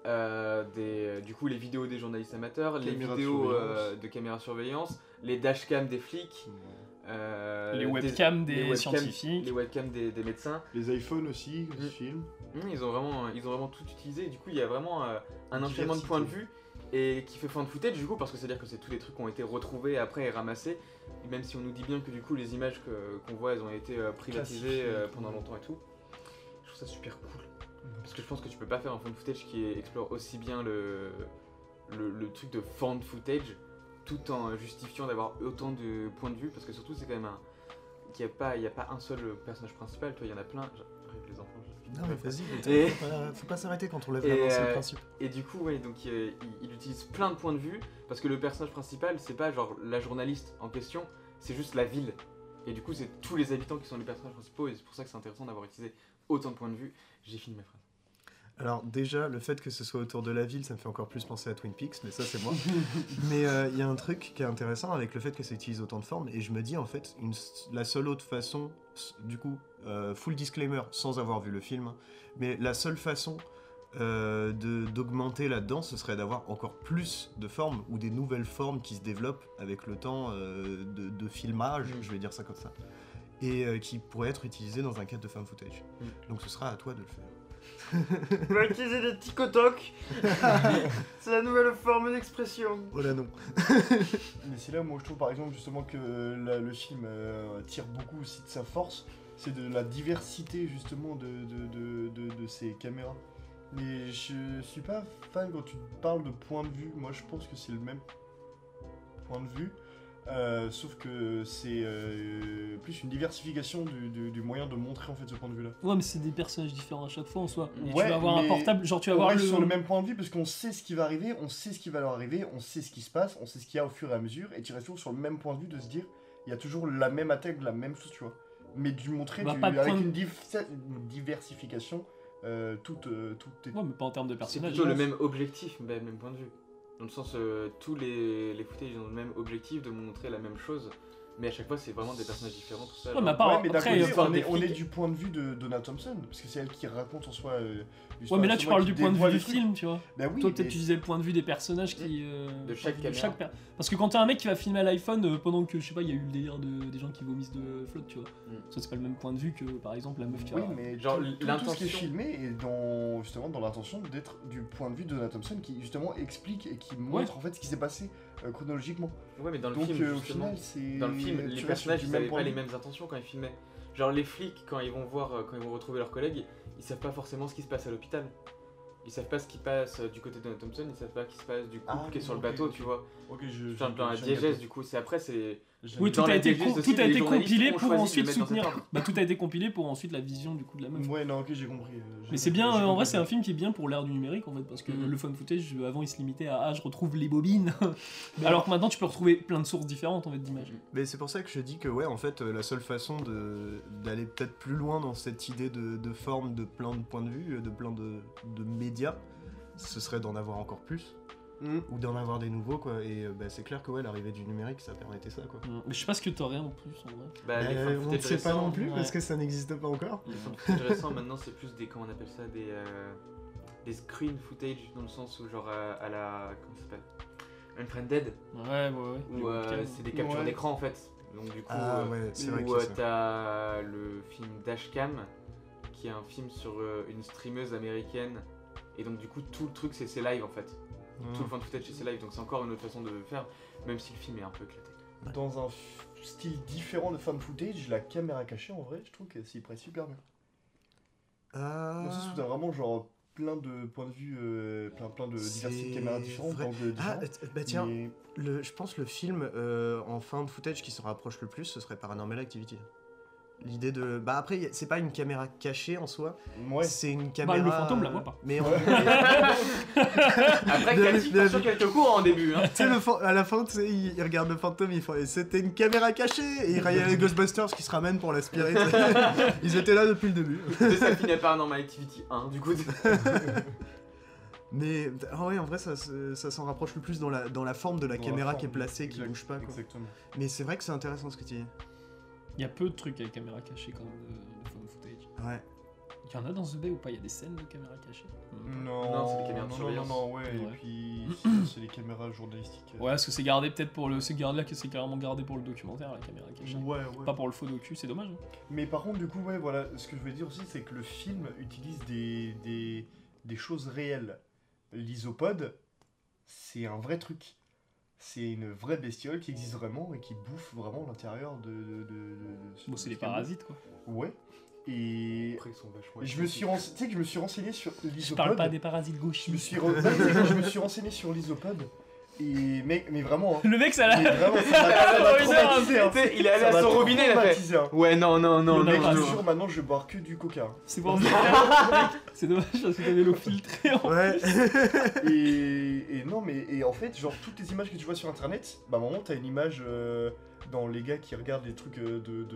du coup les vidéos des journalistes amateurs, les Caméras de vidéos surveillance. de caméras de surveillance, les dashcams des flics, Les webcams des les webcams- scientifiques. les webcams des médecins. Les iPhones aussi, qui se filment. Ils ont vraiment tout utilisé. Du coup, il y a vraiment un enchaînement de Diversité. points de vue et qui fait found footage du coup parce que c'est à dire que c'est tous les trucs qui ont été retrouvés après et ramassés. Et même si on nous dit bien que du coup les images qu'on voit elles ont été privatisées Classifiées. pendant longtemps et tout, je trouve ça super cool. Parce que je pense que tu peux pas faire un found footage qui explore aussi bien le truc de found footage tout en justifiant d'avoir autant de points de vue parce que surtout c'est quand même qu'il n'y a pas un seul personnage principal, toi il y en a plein. J'arrive les enfants. Non mais vas-y, Et- faut pas s'arrêter quand on lève Et, la main, c'est le principe. Et du coup, ouais, donc il utilise plein de points de vue parce que le personnage principal, c'est pas genre la journaliste en question, c'est juste la ville. Et du coup, c'est tous les habitants qui sont les personnages principaux et c'est pour ça que c'est intéressant d'avoir utilisé autant de points de vue. J'ai fini ma phrase. Alors déjà, le fait que ce soit autour de la ville, ça me fait encore plus penser à Twin Peaks, mais ça c'est moi. Mais il y a un truc qui est intéressant avec le fait que ça utilise autant de formes, et je me dis en fait, la seule autre façon, du coup, full disclaimer, sans avoir vu le film, mais la seule façon d'augmenter là-dedans, ce serait d'avoir encore plus de formes, ou des nouvelles formes qui se développent avec le temps de filmage, je vais dire ça comme ça, et qui pourraient être utilisées dans un cadre de fan footage. Donc ce sera à toi de le faire. On va utiliser des TikTok. C'est la nouvelle forme d'expression. Oh là non. Mais c'est là moi je trouve par exemple justement que le film tire beaucoup aussi de sa force, c'est de la diversité justement de ses caméras. Mais je suis pas fan quand tu parles de point de vue, moi je pense que c'est le même point de vue, sauf que c'est plus une diversification du moyen de montrer en fait ce point de vue là. Ouais, mais c'est des personnages différents à chaque fois en soi. Et Ouais, tu vas avoir un mais portable, genre tu vas On avoir reste le. sur le même point de vue parce qu'on sait ce qui va arriver, on sait ce qui va leur arriver, on sait ce qui se passe, on sait ce qu'il y a au fur et à mesure, et tu restes toujours sur le même point de vue de se dire, il y a toujours la même attaque, la même chose, tu vois. Mais du montrer Bah, pas de avec point de- une diversification, toute est... Ouais, mais pas en termes de C'est personnages. plutôt le même objectif, mais le même point de vue. Dans le sens, tous les footages ont le même objectif de montrer la même chose, mais à chaque fois c'est vraiment des personnages différents, tout ça. Ouais, genre- mais à part- Ouais, mais d'un après, côté, l'histoire on des est, on est flics. du point de vue de Donna Thompson, parce que c'est elle qui raconte en soi... Ouais, mais là tu parles du point de vue du film, tu vois. Bah oui, Toi, peut-être mais- tu disais le point de vue des personnages qui. De chaque caméra. Parce que quand t'as un mec qui va filmer à l'iPhone pendant que, je sais pas, il y a eu le délire des gens qui vomissent de flotte, tu vois. Ça, c'est pas le même point de vue que par exemple la meuf qui Oui, a. mais Genre, tout ce qui est l'intention- filmé est justement dans l'intention d'être du point de vue de Donna Thompson qui justement explique et qui montre en fait ce qui s'est passé chronologiquement. Ouais, mais dans le Donc film, au justement, final, c'est... dans le film, tu les restes personnages sur ils du avaient point pas de les vue. mêmes intentions quand ils filmaient. Genre les flics quand ils vont voir tous leurs collègues, ils savent pas forcément ce qui se passe à l'hôpital. Ils savent pas ce qui passe du côté de Donna Thompson, ils savent pas ce qui se passe du couple Ah, qui est sur le ok, bateau, ok. tu vois. Ok, Genre dans la diégèse du coup, c'est après c'est Oui, tout Dans a la été, diégèse aussi, tout a les été journalistes compilé ont pour choisi de ensuite le mettre dans soutenir. cet ordre. Bah, tout a été compilé pour ensuite la vision du coup de la meuf. Ouais, non, ok, j'ai compris. Mais c'est bien, j'ai en vrai, compris. c'est un film qui est bien pour l'ère du numérique en fait, parce que Mhm. le fan footage avant il se limitait à je retrouve les bobines, alors que maintenant tu peux retrouver plein de sources différentes en fait d'images. Mais c'est pour ça que je dis que ouais, en fait, la seule façon d'aller peut-être plus loin dans cette idée de forme, de plein de points de vue, de plein de médias, ce serait d'en avoir encore plus, ou d'en avoir des nouveaux, quoi. Et bah, c'est clair que ouais, l'arrivée du numérique, ça permettait ça, quoi. Mais je sais pas ce que t'aurais en plus en vrai. bah, les found On ne footage sait pas récents, non plus, ouais. parce que ça n'existe pas encore. Les found footage récents maintenant c'est plus des comment on appelle ça des screen footage dans le sens où genre à la comment ça s'appelle Unfriended Ouais. où c'est des captures Ouais. d'écran en fait. Donc du coup Ah ouais, c'est vrai où que ça. t'as le film Dashcam qui est un film sur une streameuse américaine et donc du coup tout le truc c'est live en fait. Tout le fan footage c'est live donc c'est encore une autre façon de le faire même si le film est un peu éclaté. Dans un style différent de fan footage, la caméra cachée, en vrai, je trouve qu'elle s'y prête super bien. Dans le sens où t'as vraiment genre plein de points de vue, plein de diversité de caméras différentes, vrai. d'angles Ah, différents. bah tiens, Mais- je pense le film en fin de footage qui se rapproche le plus, ce serait Paranormal Activity. L'idée de... Bah après, c'est pas une caméra cachée en soi, Ouais. c'est une caméra... le fantôme la voit pas. Mais Ouais. Après Cathy, pas sûr qu'elle était au courant en début hein. tu sais, à la fin, tu sais, il regarde le fantôme, il fait c'était une caméra cachée. Et il y a les Ghostbusters qui se ramènent pour l'aspirer. tu sais. Ils étaient là depuis le début. C'est ça finit à Paranormal Activity 1 du coup. Mais ouais, en vrai, ça s'en rapproche le plus dans la forme de la Dans caméra forme, qui est placée, qui exact- bouge pas, quoi. Exactement. Mais c'est vrai que c'est intéressant ce que tu dis. Il y a peu de trucs avec caméra cachée quand même de found footage. Ouais. Il y en a dans The Bay ou pas? Il y a des scènes de caméra cachée? Non, c'est les caméras de surveillance. Non, ouais, Ouais. et puis c'est les caméras journalistiques. Ouais, parce que c'est gardé peut-être pour le. C'est gardé là que c'est carrément gardé pour le documentaire, la caméra cachée. Ouais. Pas pour le faux docu, c'est dommage. Hein. Mais par contre, du coup, ouais, voilà, ce que je voulais dire aussi, c'est que le film utilise des choses réelles. L'isopode, c'est un vrai truc. C'est une vraie bestiole qui existe vraiment et qui bouffe vraiment l'intérieur de Bon, c'est de des ce qu'elle parasites quoi. bouffe. Ouais. Et Après, ils sont vachement. je me suis renseigné, tu sais que je me suis renseigné sur Je l'isopode. parle pas des parasites Je me gauchistes. suis, non, tu sais que je me suis renseigné sur l'isopode. Et mec, mais vraiment, hein. Le mec, ça Mais l'a. vraiment, ça m'a traumatisé, hein. Tu sais, il est allé Ça à m'a son robinet, il a fait. traumatisé, hein. Ouais, non, Non, Mec, non, je te non. jure, maintenant je vais boire que du coca. C'est pour ça. C'est dommage parce que t'avais l'eau filtrée en Ouais. Et non, mais et en fait, genre toutes les images que tu vois sur internet, bah à un moment t'as une image dans les gars qui regardent les trucs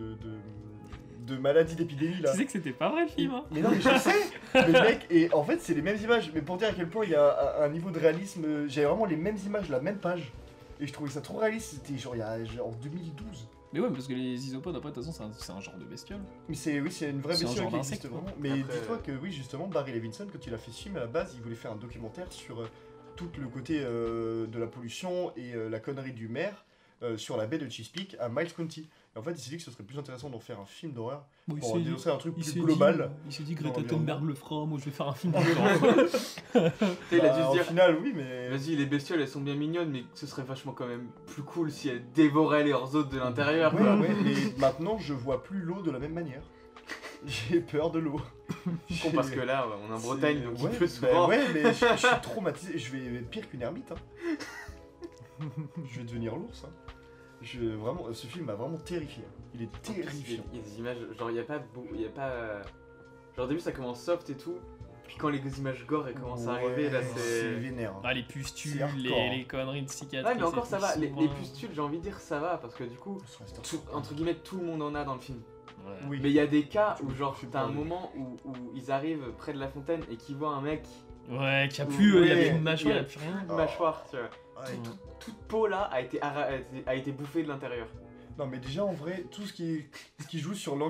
de maladies d'épidémie là. Tu sais que c'était pas vrai le film, hein. Mais non, mais je sais. Mais mec, et en fait c'est les mêmes images. Mais pour dire à quel point il y a un niveau de réalisme, j'avais vraiment les mêmes images, la même page. Et je trouvais ça trop réaliste. C'était genre il y a genre 2012. Mais ouais, parce que les isopodes, après, de toute façon, c'est un genre de bestiole. Mais c'est une vraie C'est un bestiole genre qui existe d'insecte, quoi. vraiment. Mais Après, dis-toi que oui, justement, Barry Levinson, quand il a fait ce film à la base, il voulait faire un documentaire sur tout le côté de la pollution et la connerie du maire sur la baie de Chesapeake à Miles County. Et en fait, il s'est dit que ce serait plus intéressant d'en faire un film d'horreur Bon, il pour s'est dit- dénoncer un truc il plus s'est global. il s'est dit dans Greta l'environnement. Thunberg le fera, moi je vais faire un film Ah, d'horreur. Il a dû Bah, se au dire. final, oui, mais. Vas-y, les bestioles elles sont bien mignonnes, mais ce serait vachement quand même plus cool si elles dévoraient leurs hôtes de l'intérieur. Ouais, quoi. ouais, mais maintenant, je vois plus l'eau de la même manière. J'ai peur de l'eau. Con, parce que là, on est en Bretagne, donc ouais, il pleut bah souvent. ouais, mais je suis traumatisé. Je vais être pire qu'une ermite. Hein. Je vais devenir l'ours. Hein. Vraiment, ce film m'a vraiment terrifié. Il est En plus, terrifiant. Il y a des images, genre il y a pas. Genre au début ça commence soft et tout, puis quand les images gore elles commencent à arriver, là c'est c'est. vénère. Ah, les pustules, C'est hardcore. les conneries de cicatrices. Ouais, mais encore et ça tout, va, c'est les moins- pustules, j'ai envie de dire ça va, parce que du coup, Sur les tout, entre guillemets, tout le monde en a dans le film. Ouais. Oui. Mais il y a des cas où, Je genre, suis t'as pas un oui. moment où ils arrivent près de la fontaine et qu'ils voient un mec, Ouais, qu'il y a plus, il y avait Ouais. une mâchoire, il y a Il plus rien. une mâchoire, tu vois. Ouais. Toute peau là a été bouffée de l'intérieur. Non, mais déjà en vrai, tout ce qui joue sur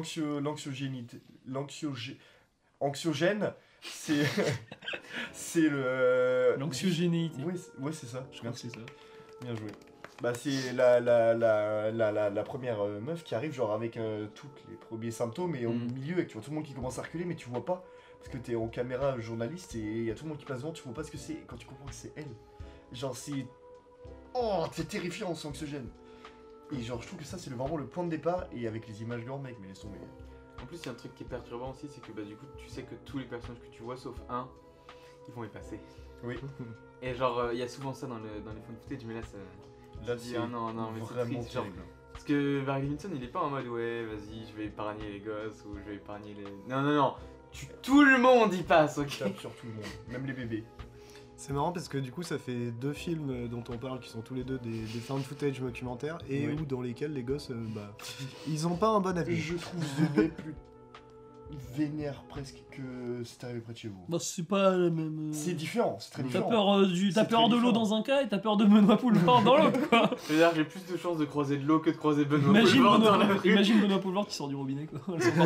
anxiogène, c'est c'est le L'anxiogénéité. Ouais, c'est ça. Je crois que c'est ça. Bien joué. Bah c'est la première meuf qui arrive genre avec tous les premiers symptômes et au Mm. milieu et tu vois tout le monde qui commence à reculer mais tu vois pas parce que t'es en caméra journaliste et il y a tout le monde qui passe devant, tu vois pas ce que c'est et quand tu comprends que c'est elle. Genre c'est... Oh, c'est terrifiant, c'est anxiogène. Et genre je trouve que ça c'est vraiment le point de départ et avec les images gore mec mais laisse tomber. En plus, il y a un truc qui est perturbant aussi, c'est que bah, du coup, tu sais que tous les personnages que tu vois, sauf un, ils vont y passer. Oui. Et genre, il y a souvent ça dans les phone footage, mais là, ça. Là dis, c'est ah non, mais c'est vraiment triste, genre. terrible. Parce que Barry Levinson, il est pas en mode ouais, vas-y, je vais épargner les gosses ou je vais épargner les. Non, non, non, tout le monde y passe, Il ok. tape sur tout le monde, même les bébés. C'est marrant parce que du coup ça fait deux films dont on parle qui sont tous les deux des found footage documentaires et Oui. où dans lesquels les gosses bah ils ont pas un bon avis. Je trouve bébé plus vénère presque que c'est arrivé près de chez vous. Bah, c'est pas la même. C'est différent, c'est très T'as différent. peur, t'as C'est peur très de l'eau différent. dans un cas et t'as peur de Benoît Poulvord dans l'autre, quoi. C'est-à-dire, j'ai plus de chances de croiser de l'eau que de croiser Benoît Imagine Poulvord dans la Benoît, rue. imagine Benoît Poulvord qui sort du robinet, quoi.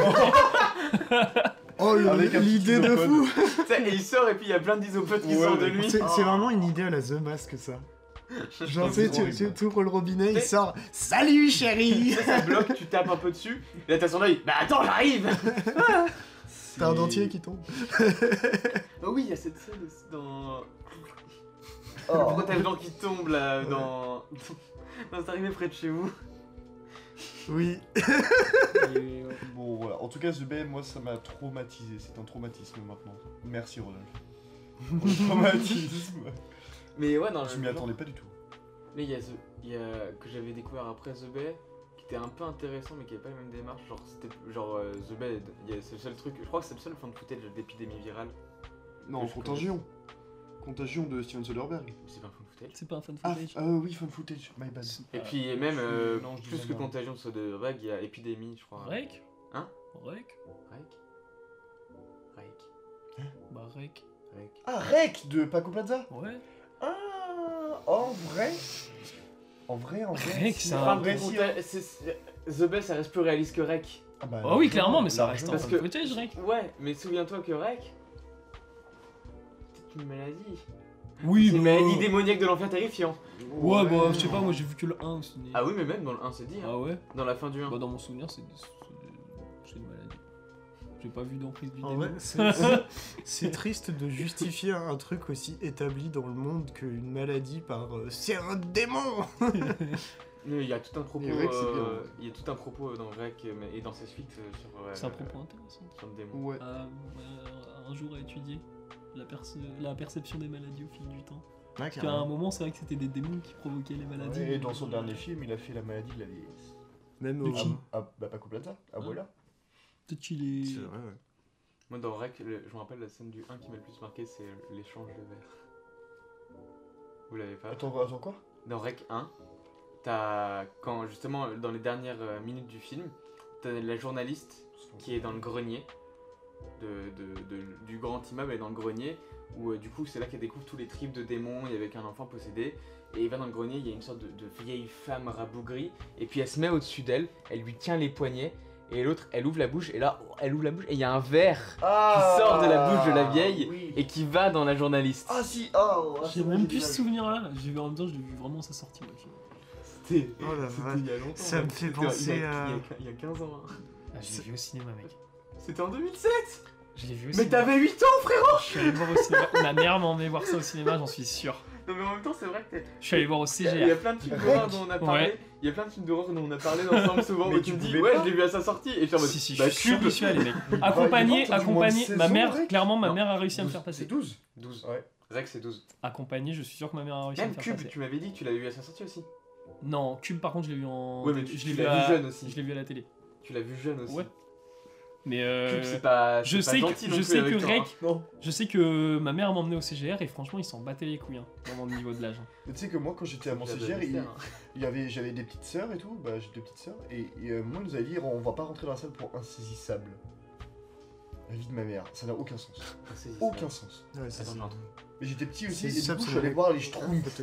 Oh Avec un petit l'idée de isopode. fou. Tu sais, et il sort et puis il y a plein d'isopodes qui Ouais, sortent de mais lui. C'est vraiment une idée à la The Mask ça. Genre tu sais, tu ouvres le robinet, il sort salut chérie. Ça bloque, tu tapes un peu dessus, et là t'as son œil. Bah attends, j'arrive. T'as un dentier qui tombe. Oh oui, il y a cette scène aussi dans. Oh. Le protège-dents qui tombe là, dans. C'est arrivé près de chez vous. Oui. Bon voilà, en tout cas The Bay, moi ça m'a traumatisé, c'est un traumatisme maintenant. Merci Rodolphe. Pour le traumatisme. Mais ouais, dans Je m'y attendais pas du tout. Mais il y a que j'avais découvert après The Bay, qui était un peu intéressant mais qui avait pas la même démarche. Genre, c'était genre The Bay, c'est le seul truc. Je crois que c'est le seul fan footage d'épidémie virale. Non, je Contagion. Contagion de Steven Soderbergh. Mais c'est pas un fan footage. C'est pas un fan Ah, footage. oui, fan footage, my bad. Et puis même, non, je dis plus la que merde. Contagion de Soderbergh, il y a Épidémie, je crois. Rek Hein Rek Rake Rake Bah, Rek. Rec. Ah, Rec de Paco Plaza. Ouais. Ah, en vrai. Rec, si, c'est en un vrai, si, hein. The Best, ça reste plus réaliste que Rec. Ah bah, Oh oui, clairement, mais ça largement. reste un Parce que- footage, Rec. Ouais, mais souviens-toi que Rec, c'est une maladie. Oui, C'est une bah, maladie démoniaque de l'enfer terrifiant. Ouais, bah, je sais pas, moi j'ai vu que le 1 au ciné. Ah oui, mais même dans le 1, c'est dit. Hein. Ah ouais. Dans la fin du 1. Bah, dans mon souvenir, c'est une maladie. J'ai pas vu d'emprise du En démon. vrai, c'est triste de justifier un truc aussi établi dans le monde qu'une maladie par c'est un démon. Il y a tout un propos, Et Rec, c'est bien. il y a tout un propos dans Rec et dans ses suites sur. C'est un propos intéressant. Sur le démon. Ouais. Un jour à étudier la perception des maladies au fil du temps. Ouais, Parce qu'à un moment, c'est vrai que c'était des démons qui provoquaient les maladies. Ouais, et dans son dernier film, il a fait la maladie de la vieillesse. Même De au. qui Ah, bah Paco Plaza, Abuela. Peut-être qu'il est. C'est vrai, ouais. Moi, dans Rec, je me rappelle la scène du 1 qui m'a le plus marqué, c'est l'échange de verre. Vous l'avez pas? Attends quoi? Dans Rec 1, t'as. Quand justement, dans les dernières minutes du film, t'as la journaliste qui est dans le grenier du grand immeuble, elle est dans le grenier, où du coup c'est là qu'elle découvre tous les tripes de démons, il y avait qu'un enfant possédé, et il va dans le grenier, il y a une sorte de vieille femme rabougrie, et puis elle se met au-dessus d'elle, elle lui tient les poignets, et l'autre elle ouvre la bouche, et là elle ouvre la bouche, et il y a un verre Ah, sort de la bouche de la vieille, oui. et qui va dans la journaliste. Ah si, J'ai même plus ce souvenir là. J'ai vu en même temps, j'ai vu vraiment sa sortie. Le film. C'était Oh la vache. il y a longtemps. Ça me fait C'était- penser il y a- à- il y a 15 ans. Hein. Ah, je l'ai vu au cinéma, mec. C'était en 2007. Je l'ai vu au Mais cinéma. t'avais 8 ans, frérot. Je suis allé le voir au cinéma. Ma mère m'a emmené voir ça au cinéma, j'en suis sûr. Non mais en même temps, c'est vrai que Je suis allé voir au il y a CGR. plein de films d'horreur dont on a parlé. Ouais. Il y a plein de films d'horreur dont on a parlé ensemble souvent. Mais où tu tu me dis, pouvais ouais, pas. je l'ai vu à sa sortie. Et je suis en mode, Si, si, bah, je suis sûr que cube. j'y suis allé, mec. Il va Accompagné, t'as du moins de accompagné. 16 Ma ans, mère, Rec. clairement, ma Non. mère a réussi à me 12. faire C'est passer. 12. 12. Ouais. Rec, c'est 12. Accompagné, je suis sûr que ma mère a réussi à me Même faire Cube, passer. tu m'avais dit que tu l'avais vu à sa sortie aussi. Non, Cube par contre, je l'ai vu en. Ouais, mais je tu l'ai l'as vu jeune aussi. Je l'ai vu à la télé. Tu l'as vu jeune aussi. Ouais. Mais Cube, c'est pas. je c'est pas sais gentil que, non je plus sais avec que toi, Rec, hein. Non. je sais que ma mère m'a emmené au CGR et franchement ils s'en battaient les couilles, hein, vraiment au niveau de l'âge. Hein. Mais tu sais que moi, quand j'étais à mon CGR, j'avais des petites sœurs et tout. Bah, j'ai deux petites sœurs. Et moi, ils nous avaient dit, on va pas rentrer dans la salle pour insaisissable. La vie de ma mère, ça n'a aucun sens. Aucun sens. Ouais, c'est Attends, ça. j'ai un truc. Mais j'étais petit aussi, C'est et du ça, coup, c'est je suis allé vrai. voir les Schtroumpfs.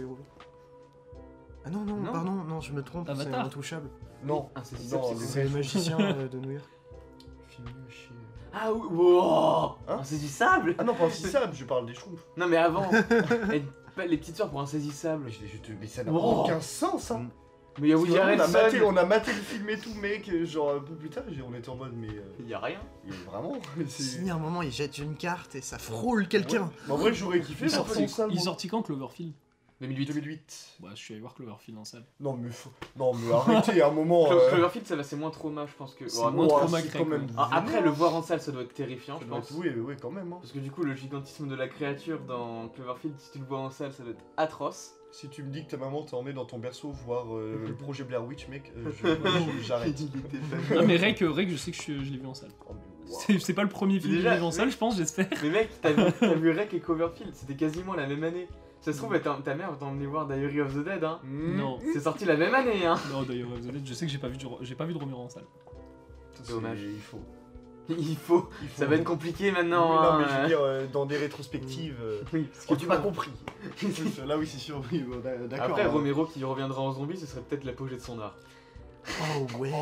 Ah non, non, Non. pardon, non, je me trompe, c'est Avatar. Intouchable. Non, Insaisissable, Non, c'est C'est le magicien de New York. film nul à chier. Ah oui, wow. Hein Insaisissable. Ah non, pas insaisissable, je parle des Schtroumpfs. Non mais avant, les petites soeurs pour insaisissable. Mais ça n'a Oh. aucun sens, hein. Mais il y a Woody Harrelson. on a maté le film et tout, mec, genre un peu plus tard, on était en mode, mais Il y a rien. vraiment, Si à un moment il jette une carte et ça frôle quelqu'un. Ouais. Mais en vrai, j'aurais kiffé, Il ça sortit- en salle. il moi. sortit quand Cloverfield 2008. 2008. Bah je suis allé voir Cloverfield en salle. Non, mais arrêtez, à un moment. Cloverfield, ça va, c'est moins trauma, je pense que. C'est Ouais, moins moi- trauma c'est que quand Rec, même. ouais. Ah, après, le voir en salle, ça doit être terrifiant, je pense. Oui, oui, quand même. Hein. Parce que du coup, le gigantisme de la créature dans Cloverfield, si tu le vois en salle, ça doit être atroce. Si tu me dis que ta maman t'a emmené dans ton berceau voir le projet Blair Witch, mec, j'arrête. Ah mais Rec, je sais que je l'ai vu en salle. Oh, mais wow. C'est pas le premier film que Déjà, j'ai vu en salle, je pense, j'espère. Mais mec, t'as vu Rec et Cloverfield, c'était quasiment la même année. Ça se trouve, ta mère va t'emmener voir Diary of the Dead, hein. Non, C'est sorti la même année, hein. non d'ailleurs, vous savez, je sais que j'ai pas vu de Romero en salle. Ça, Dommage. Il faut. Il faut. Ça va être compliqué maintenant. Oui, non, mais je hein. veux dire, dans des rétrospectives. Oui, parce Oh, tu m'as compris. Là, oui, c'est sûr, oui, bon, d'accord. Après, hein. Romero qui reviendra en zombie, ce serait peut-être l'apogée de son art. Oh ouais.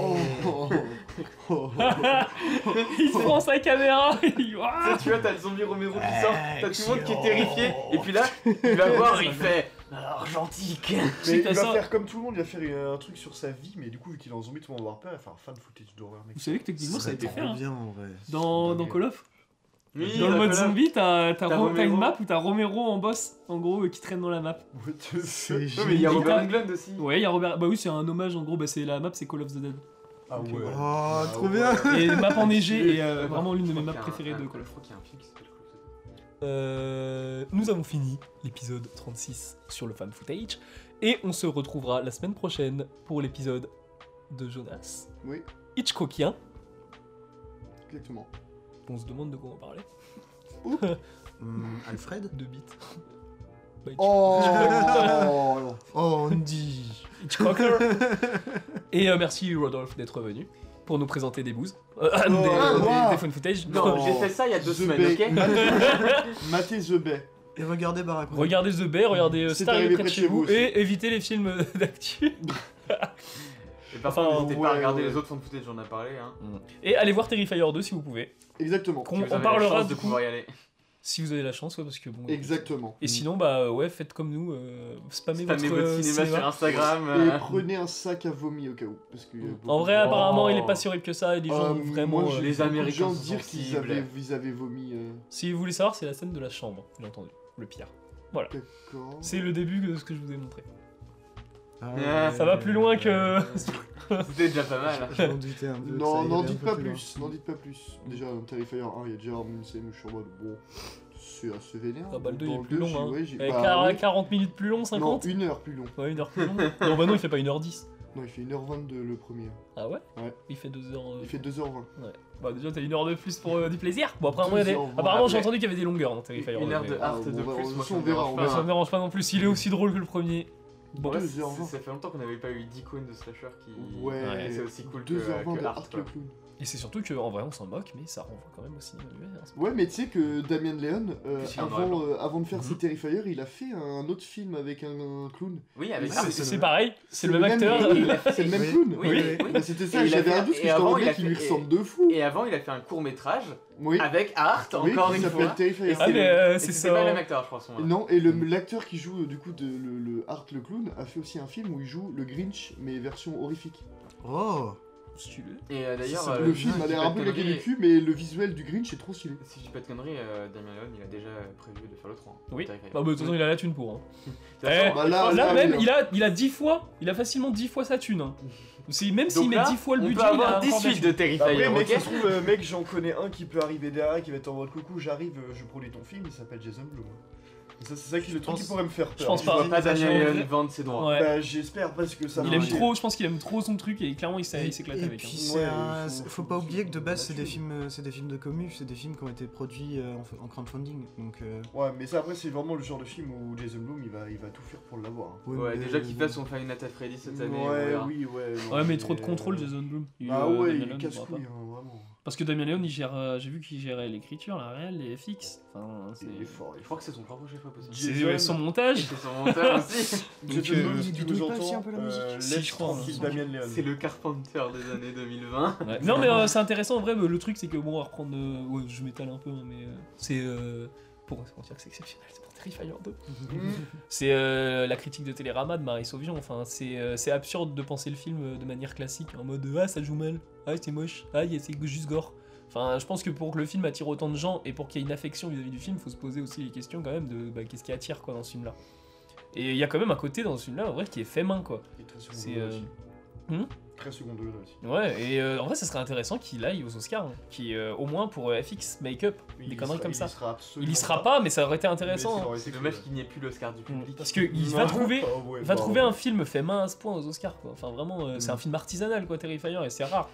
Il prend sa caméra, il Tu sais, tu vois, t'as le zombie Romero qui sort, t'as tout le monde qui est terrifié, et puis là, il va voir, il fait argentique. sais Mais que il va ça- faire comme tout le monde, il va faire un truc sur sa vie, mais du coup, vu qu'il est en zombie, tout le monde va avoir peur, il va faire un fan footage d'horreur, mec. Vous savez que techniquement ça a été fait hein. bien en vrai. Dans Call of. Oui, Dans le mode d'accord. zombie, t'as Romero. une map où t'as Romero en boss, en gros, qui traîne dans la map. C'est Oui, mais il y a Et Robert t'as- Englund aussi. Ouais, il y a Robert. Bah oui, c'est un hommage en gros, bah c'est la map, c'est Call of the Dead. Ah ouais. Oh, Ah trop ouais. bien. Et map enneigée et Ouais, vraiment l'une de mes je maps crois qu'il y a préférées de un- Call of. Je crois qu'il y a un film qui s'appelle Call of Duty. Nous avons fini l'épisode 36 sur le fan footage et on se retrouvera la semaine prochaine pour l'épisode de Jonas Oui, Hitchcockien. exactement. On se demande de quoi on parlait. Alfred. De bits. Bah, Oh Oh, Andy. Hitchcocker. Et merci Rodolphe d'être venu. pour nous présenter des bouses. wow. Des phone footage. Non, j'ai fait ça il y a 2 The semaines, Bay. ok? Matez The Bay. Et regardez Barracuda. Regardez The Bay, regardez C'est Star arrivé près de chez vous aussi. et évitez les films d'actu. Et parfois, Enfin, n'hésitez pas à ouais, regarder ouais. les autres fan footage, j'en ai parlé. Hein. Et allez voir Terrifier 2 si vous pouvez. Exactement. Qu'on- Si vous on avez parlera la chance du de coup. pouvoir y aller. Si vous avez la chance, ouais, parce que bon. Exactement. Et sinon, bah ouais, faites comme nous, spammez votre, Spammez votre cinéma sur Instagram. Et prenez un sac à vomi au cas où. Parce que En vrai, apparemment, il est pas si horrible que ça et les gens ont vraiment. Moi, j'ai les vu beaucoup de Américains gens sont dire qu'ils sensibles. avaient vomi. Si vous voulez savoir, c'est la scène de la chambre, j'ai entendu. Le pire. D'accord. C'est le début de ce que je vous ai montré. Ah, Ça va plus loin que. C'était déjà pas mal. Je m'en doutais un peu. que ça Non, irait n'en un dites peu pas loin. plus. N'en dites pas plus. Déjà, dans Terrifier 1, il y a déjà une scène où je suis en mode bon. C'est assez vénère. Ah bah le 2 il Dans est plus deux, long, hein. ouais, j'ai- Eh, bah, ouais. 40 minutes plus long, Non, 50 1 heure plus long. Ouais, 1 heure plus long. Non, bah non, il fait pas 1h10. Non, il fait 1h22 le premier. Ah ouais Ouais. Il fait 2h. Il fait 2h20. Bah déjà, t'as 1 heure de plus pour du plaisir. Bon, après, moi, 2h20. apparemment, j'ai Après, entendu qu'il y avait des longueurs dans Terrifier 2. 1 heure de mais- art bon, de bah, plus, on moi ça me verra, dérange on Bah, pas. ça me dérange pas non plus, il est aussi drôle que le premier. Bon, Deux ouais, heures vingt. ça fait longtemps qu'on n'avait pas eu d'icône de slasher qui. Ouais, c'est aussi cool 2h20 que de Art. Art le clown. Et c'est surtout qu'en vrai, on s'en moque, mais ça renvoie quand même au cinéma muet. hein. Ouais, mais tu sais que Damien Leone, Puis il y en aura avant de faire Mhm. ses Terrifier, il a fait un autre film avec un clown. Oui, avec Oui, Art. C'est pareil, c'est le même acteur. il a fait- C'est le même oui, clown. oui, Oui. oui. Bah, c'était ça, Et il a j'avais fait- un doute parce et que je avant, t'en il a qui lui fait- ressemble de fou. Et avant, il a fait un court métrage Oui, avec Art, oui, encore qui une s'appelle fois. Terrifier. Ah, mais Et c'est c'était ça. pas le même acteur, je crois, à ce moment-là. Non, et l'acteur qui joue du coup le Art le clown a fait aussi un film où il joue le Grinch mais version horrifique. Oh. Stylé. Et d'ailleurs, Ça, Le film a l'air un peu laqué du cul mais le visuel du Grinch est trop stylé. Si je dis pas de conneries, Damien Leone, il a déjà prévu de faire le 3. hein. Oui. Terrifier. Bah, de toute façon, il a la thune pour. Hein. De toute façon, Bah, là, Là, là, même, oui, il a 10 fois, il a facilement 10 fois sa thune. Hein. Même s'il donc met là, 10 fois le on budget, peut il a avoir 10 encore de la suites thune. de Terrifier, Après, mec, ok ça se trouve, mec, j'en connais un qui peut arriver derrière, qui va être en mode coucou, j'arrive, je produis ton film, il s'appelle Jason Blum. Et ça, c'est ça qui le truc pense- qui pourrait me faire peur. je pense Je pas. vois pas Damien Ouais. Leone vendre ses droits. Ouais. Bah, j'espère parce que ça Il va aime chier. trop, je pense qu'il aime trop son truc et clairement il Et s'éclate avec. puis hein. c'est Ouais, un- faut- faut pas oublier que de base c'est des là-dessus. films de commu, c'est des films qui ont été produits en crowdfunding. Donc Ouais, mais ça après, c'est vraiment le genre de film où Jason Blum il va tout faire pour l'avoir. hein. Ouais, mais- déjà qu'il fasse son Five Nights at Freddy cette année. on Ouais, verra. oui, ouais. non, Ouais, mais trop de contrôle, Jason Blum. Ah ouais, Damien il Leone, il casse pourra couille, pas. hein, vraiment. Parce que Damien Leone, il gère, j'ai vu qu'il gérait l'écriture, la réelle, les FX. Enfin, c'est Il est fort, il Je est crois fort. que c'est son propre chef aussi. c'est Jason- son montage. C'est son monteur aussi. Jason Donc, Blum, si il tu bidouille nous pas aussi un entends, peu la musique Si, laisse je crois, tranquille hein. Damien Leone. C'est le Carpenter des années 2020. Ouais. Non, mais c'est intéressant en vrai. Le truc, c'est que bon, on va reprendre. Ouais, je m'étale un peu, hein, mais c'est. Pour dire que c'est exceptionnel, c'est pour Terrifier 2. C'est la critique de Télérama de Marie Sauvion. Enfin, c'est absurde de penser le film de manière classique, en mode ah, ça joue mal, ah, c'est moche, ah, c'est juste gore. Enfin, je pense que pour que le film attire autant de gens et pour qu'il y ait une affection vis-à-vis du film, il faut se poser aussi les questions quand même de qu'est-ce qui attire quoi dans ce film-là. Et il y a quand même un côté dans ce film-là, en vrai, qui est fait main quoi. Il est très second C'est, degré aussi. hmm Très second degré aussi. Ouais, et en vrai, ça serait intéressant qu'il aille aux Oscars, hein, qui au moins pour FX, make-up, des conneries comme ça. Il y sera pas, mais ça aurait été intéressant. hein. C'est dommage qu'il n'y ait plus l'Oscar du public. Parce qu'il va trouver. Il va trouver un film fait main à ce point aux Oscars quoi. Enfin vraiment, c'est un film artisanal quoi, Terrifier, et c'est rare.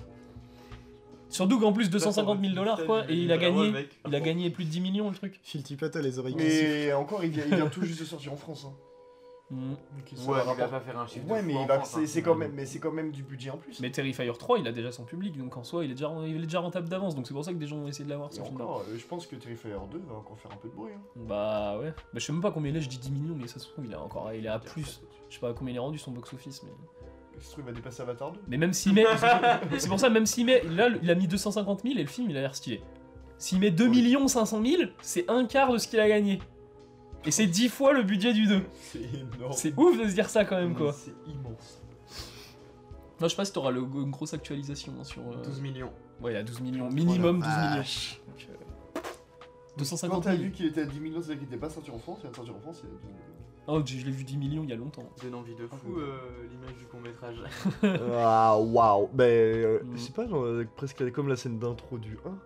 Surtout qu'en plus 250 000 $, quoi, et il a gagné plus de 10 millions le truc. Phil Tippett a les oreilles qui sifflent. Mais encore, il vient tout juste de sortir en France. Hein. Mm. Donc, ça Ouais, va il va rapporter- pas faire un chiffre. Ouais, de mais fou il en va- France, hein. c'est quand même, mais c'est quand même du budget en plus. Mais Terrifier 3, il a déjà son public, donc en soi, il est déjà rentable d'avance, donc c'est pour ça que des gens vont essayer de l'avoir Et ce film. encore, je pense que Terrifier 2 va encore faire un peu de bruit. Hein. Bah ouais. Bah, je sais même pas combien il est, je dis 10 millions, mais ça se trouve, il est à plus. Je sais pas combien il est rendu son box-office, mais. Ce truc va dépasser Avatar 2. Mais même s'il met. C'est pour ça, même s'il met. Là, il a mis 250 000 et le film, il a l'air stylé. S'il met 2 500 000, c'est un quart de ce qu'il a gagné. Et c'est 10 fois le budget du 2. C'est énorme. C'est ouf de se dire ça quand même, quoi. C'est immense. Non, je sais pas si t'auras une grosse actualisation hein, sur. 12 millions. Ouais, il y a 12 millions. Minimum 12 millions. vache. Donc, Quand 250 t'as 000. vu qu'il était à 10 millions, c'est-à-dire qu'il était pas sorti en France, il va sortir en France, il est à 12 millions. Oh, je l'ai vu 10 millions il y a longtemps. Donne envie de fou l'image du court-métrage. Ah, waouh! Ben, Mm. je sais pas, genre, presque comme la scène d'intro du 1.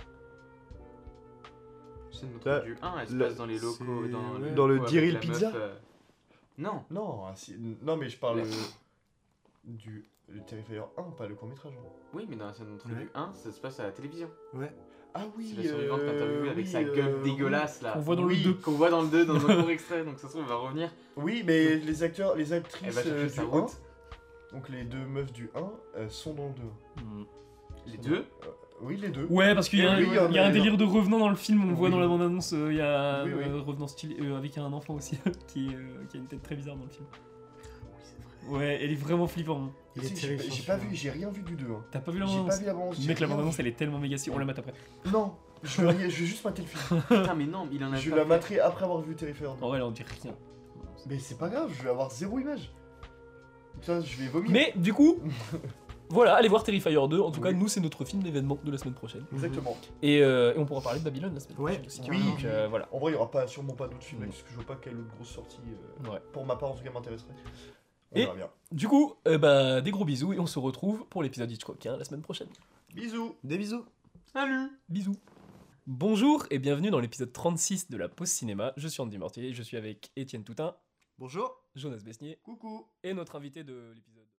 C'est notre Là, du 1, elle se là, passe dans les locaux. c'est- Dans, ouais. Dans le locaux avec Diril la Pizza meuf, Non, Non, non, mais je parle Ouais. du le Terrifier 1, pas le court-métrage. Hein. oui, mais dans la scène d'entrée Ouais. du 1, ça se passe à la télévision. Ouais. Ah oui, C'est la survivante interviewée avec sa gueule dégueulasse là. On voit dans oui. le 2. Qu'on voit dans le 2 dans un court extrait, donc ça se trouve, elle va revenir. Oui, mais les acteurs, les Elle actrices va chercher du sa 1, route. donc les deux meufs du 1, sont dans le 2. Les deux. Oui, les deux. Ouais, parce qu'il y a, Oui, il y a un délire de revenant dans le film, on le voit Oui. dans la bande-annonce, il y a Oui, oui. un revenant stylé, avec un enfant aussi, qui a une tête très bizarre dans le film. Ouais, elle est vraiment flippante. Il est Si, terrifiant, j'ai pas celui-là. vu, j'ai rien vu du 2. Hein. T'as pas vu la J'ai pas bande-annonce vu la bande-annonce. j'ai Mec, la rien bande-annonce vu. elle est tellement méga si, on la mate après. Non, je vais juste mater le film. Putain, mais non, il en a Je pas la fait. materai après avoir vu Terrifier 2. En vrai, là on dit rien. Mais c'est pas grave, je vais avoir 0 image. Putain, je vais vomir. Mais du coup, voilà, allez voir Terrifier 2. En tout cas, Oui. nous, c'est notre film d'événement de la semaine prochaine. Exactement. Et on pourra parler de Babylone la semaine Ouais. prochaine aussi. Oui. Donc voilà. En vrai, il y aura sûrement pas d'autres films, parce que je vois pas quelle autre grosse sortie, Ouais. pour ma part en tout cas, m'intéresserait. On Et- verra bien. Du coup, des gros bisous et on se retrouve pour l'épisode Hitchcockien la semaine prochaine. Bisous. Des bisous. Salut. Bisous. Bonjour et bienvenue dans l'épisode 36 de la Pause Cinéma. Je suis Andy Mortier, je suis avec Étienne Toutin, Bonjour. Jonas Besnier Coucou. et notre invité de l'épisode.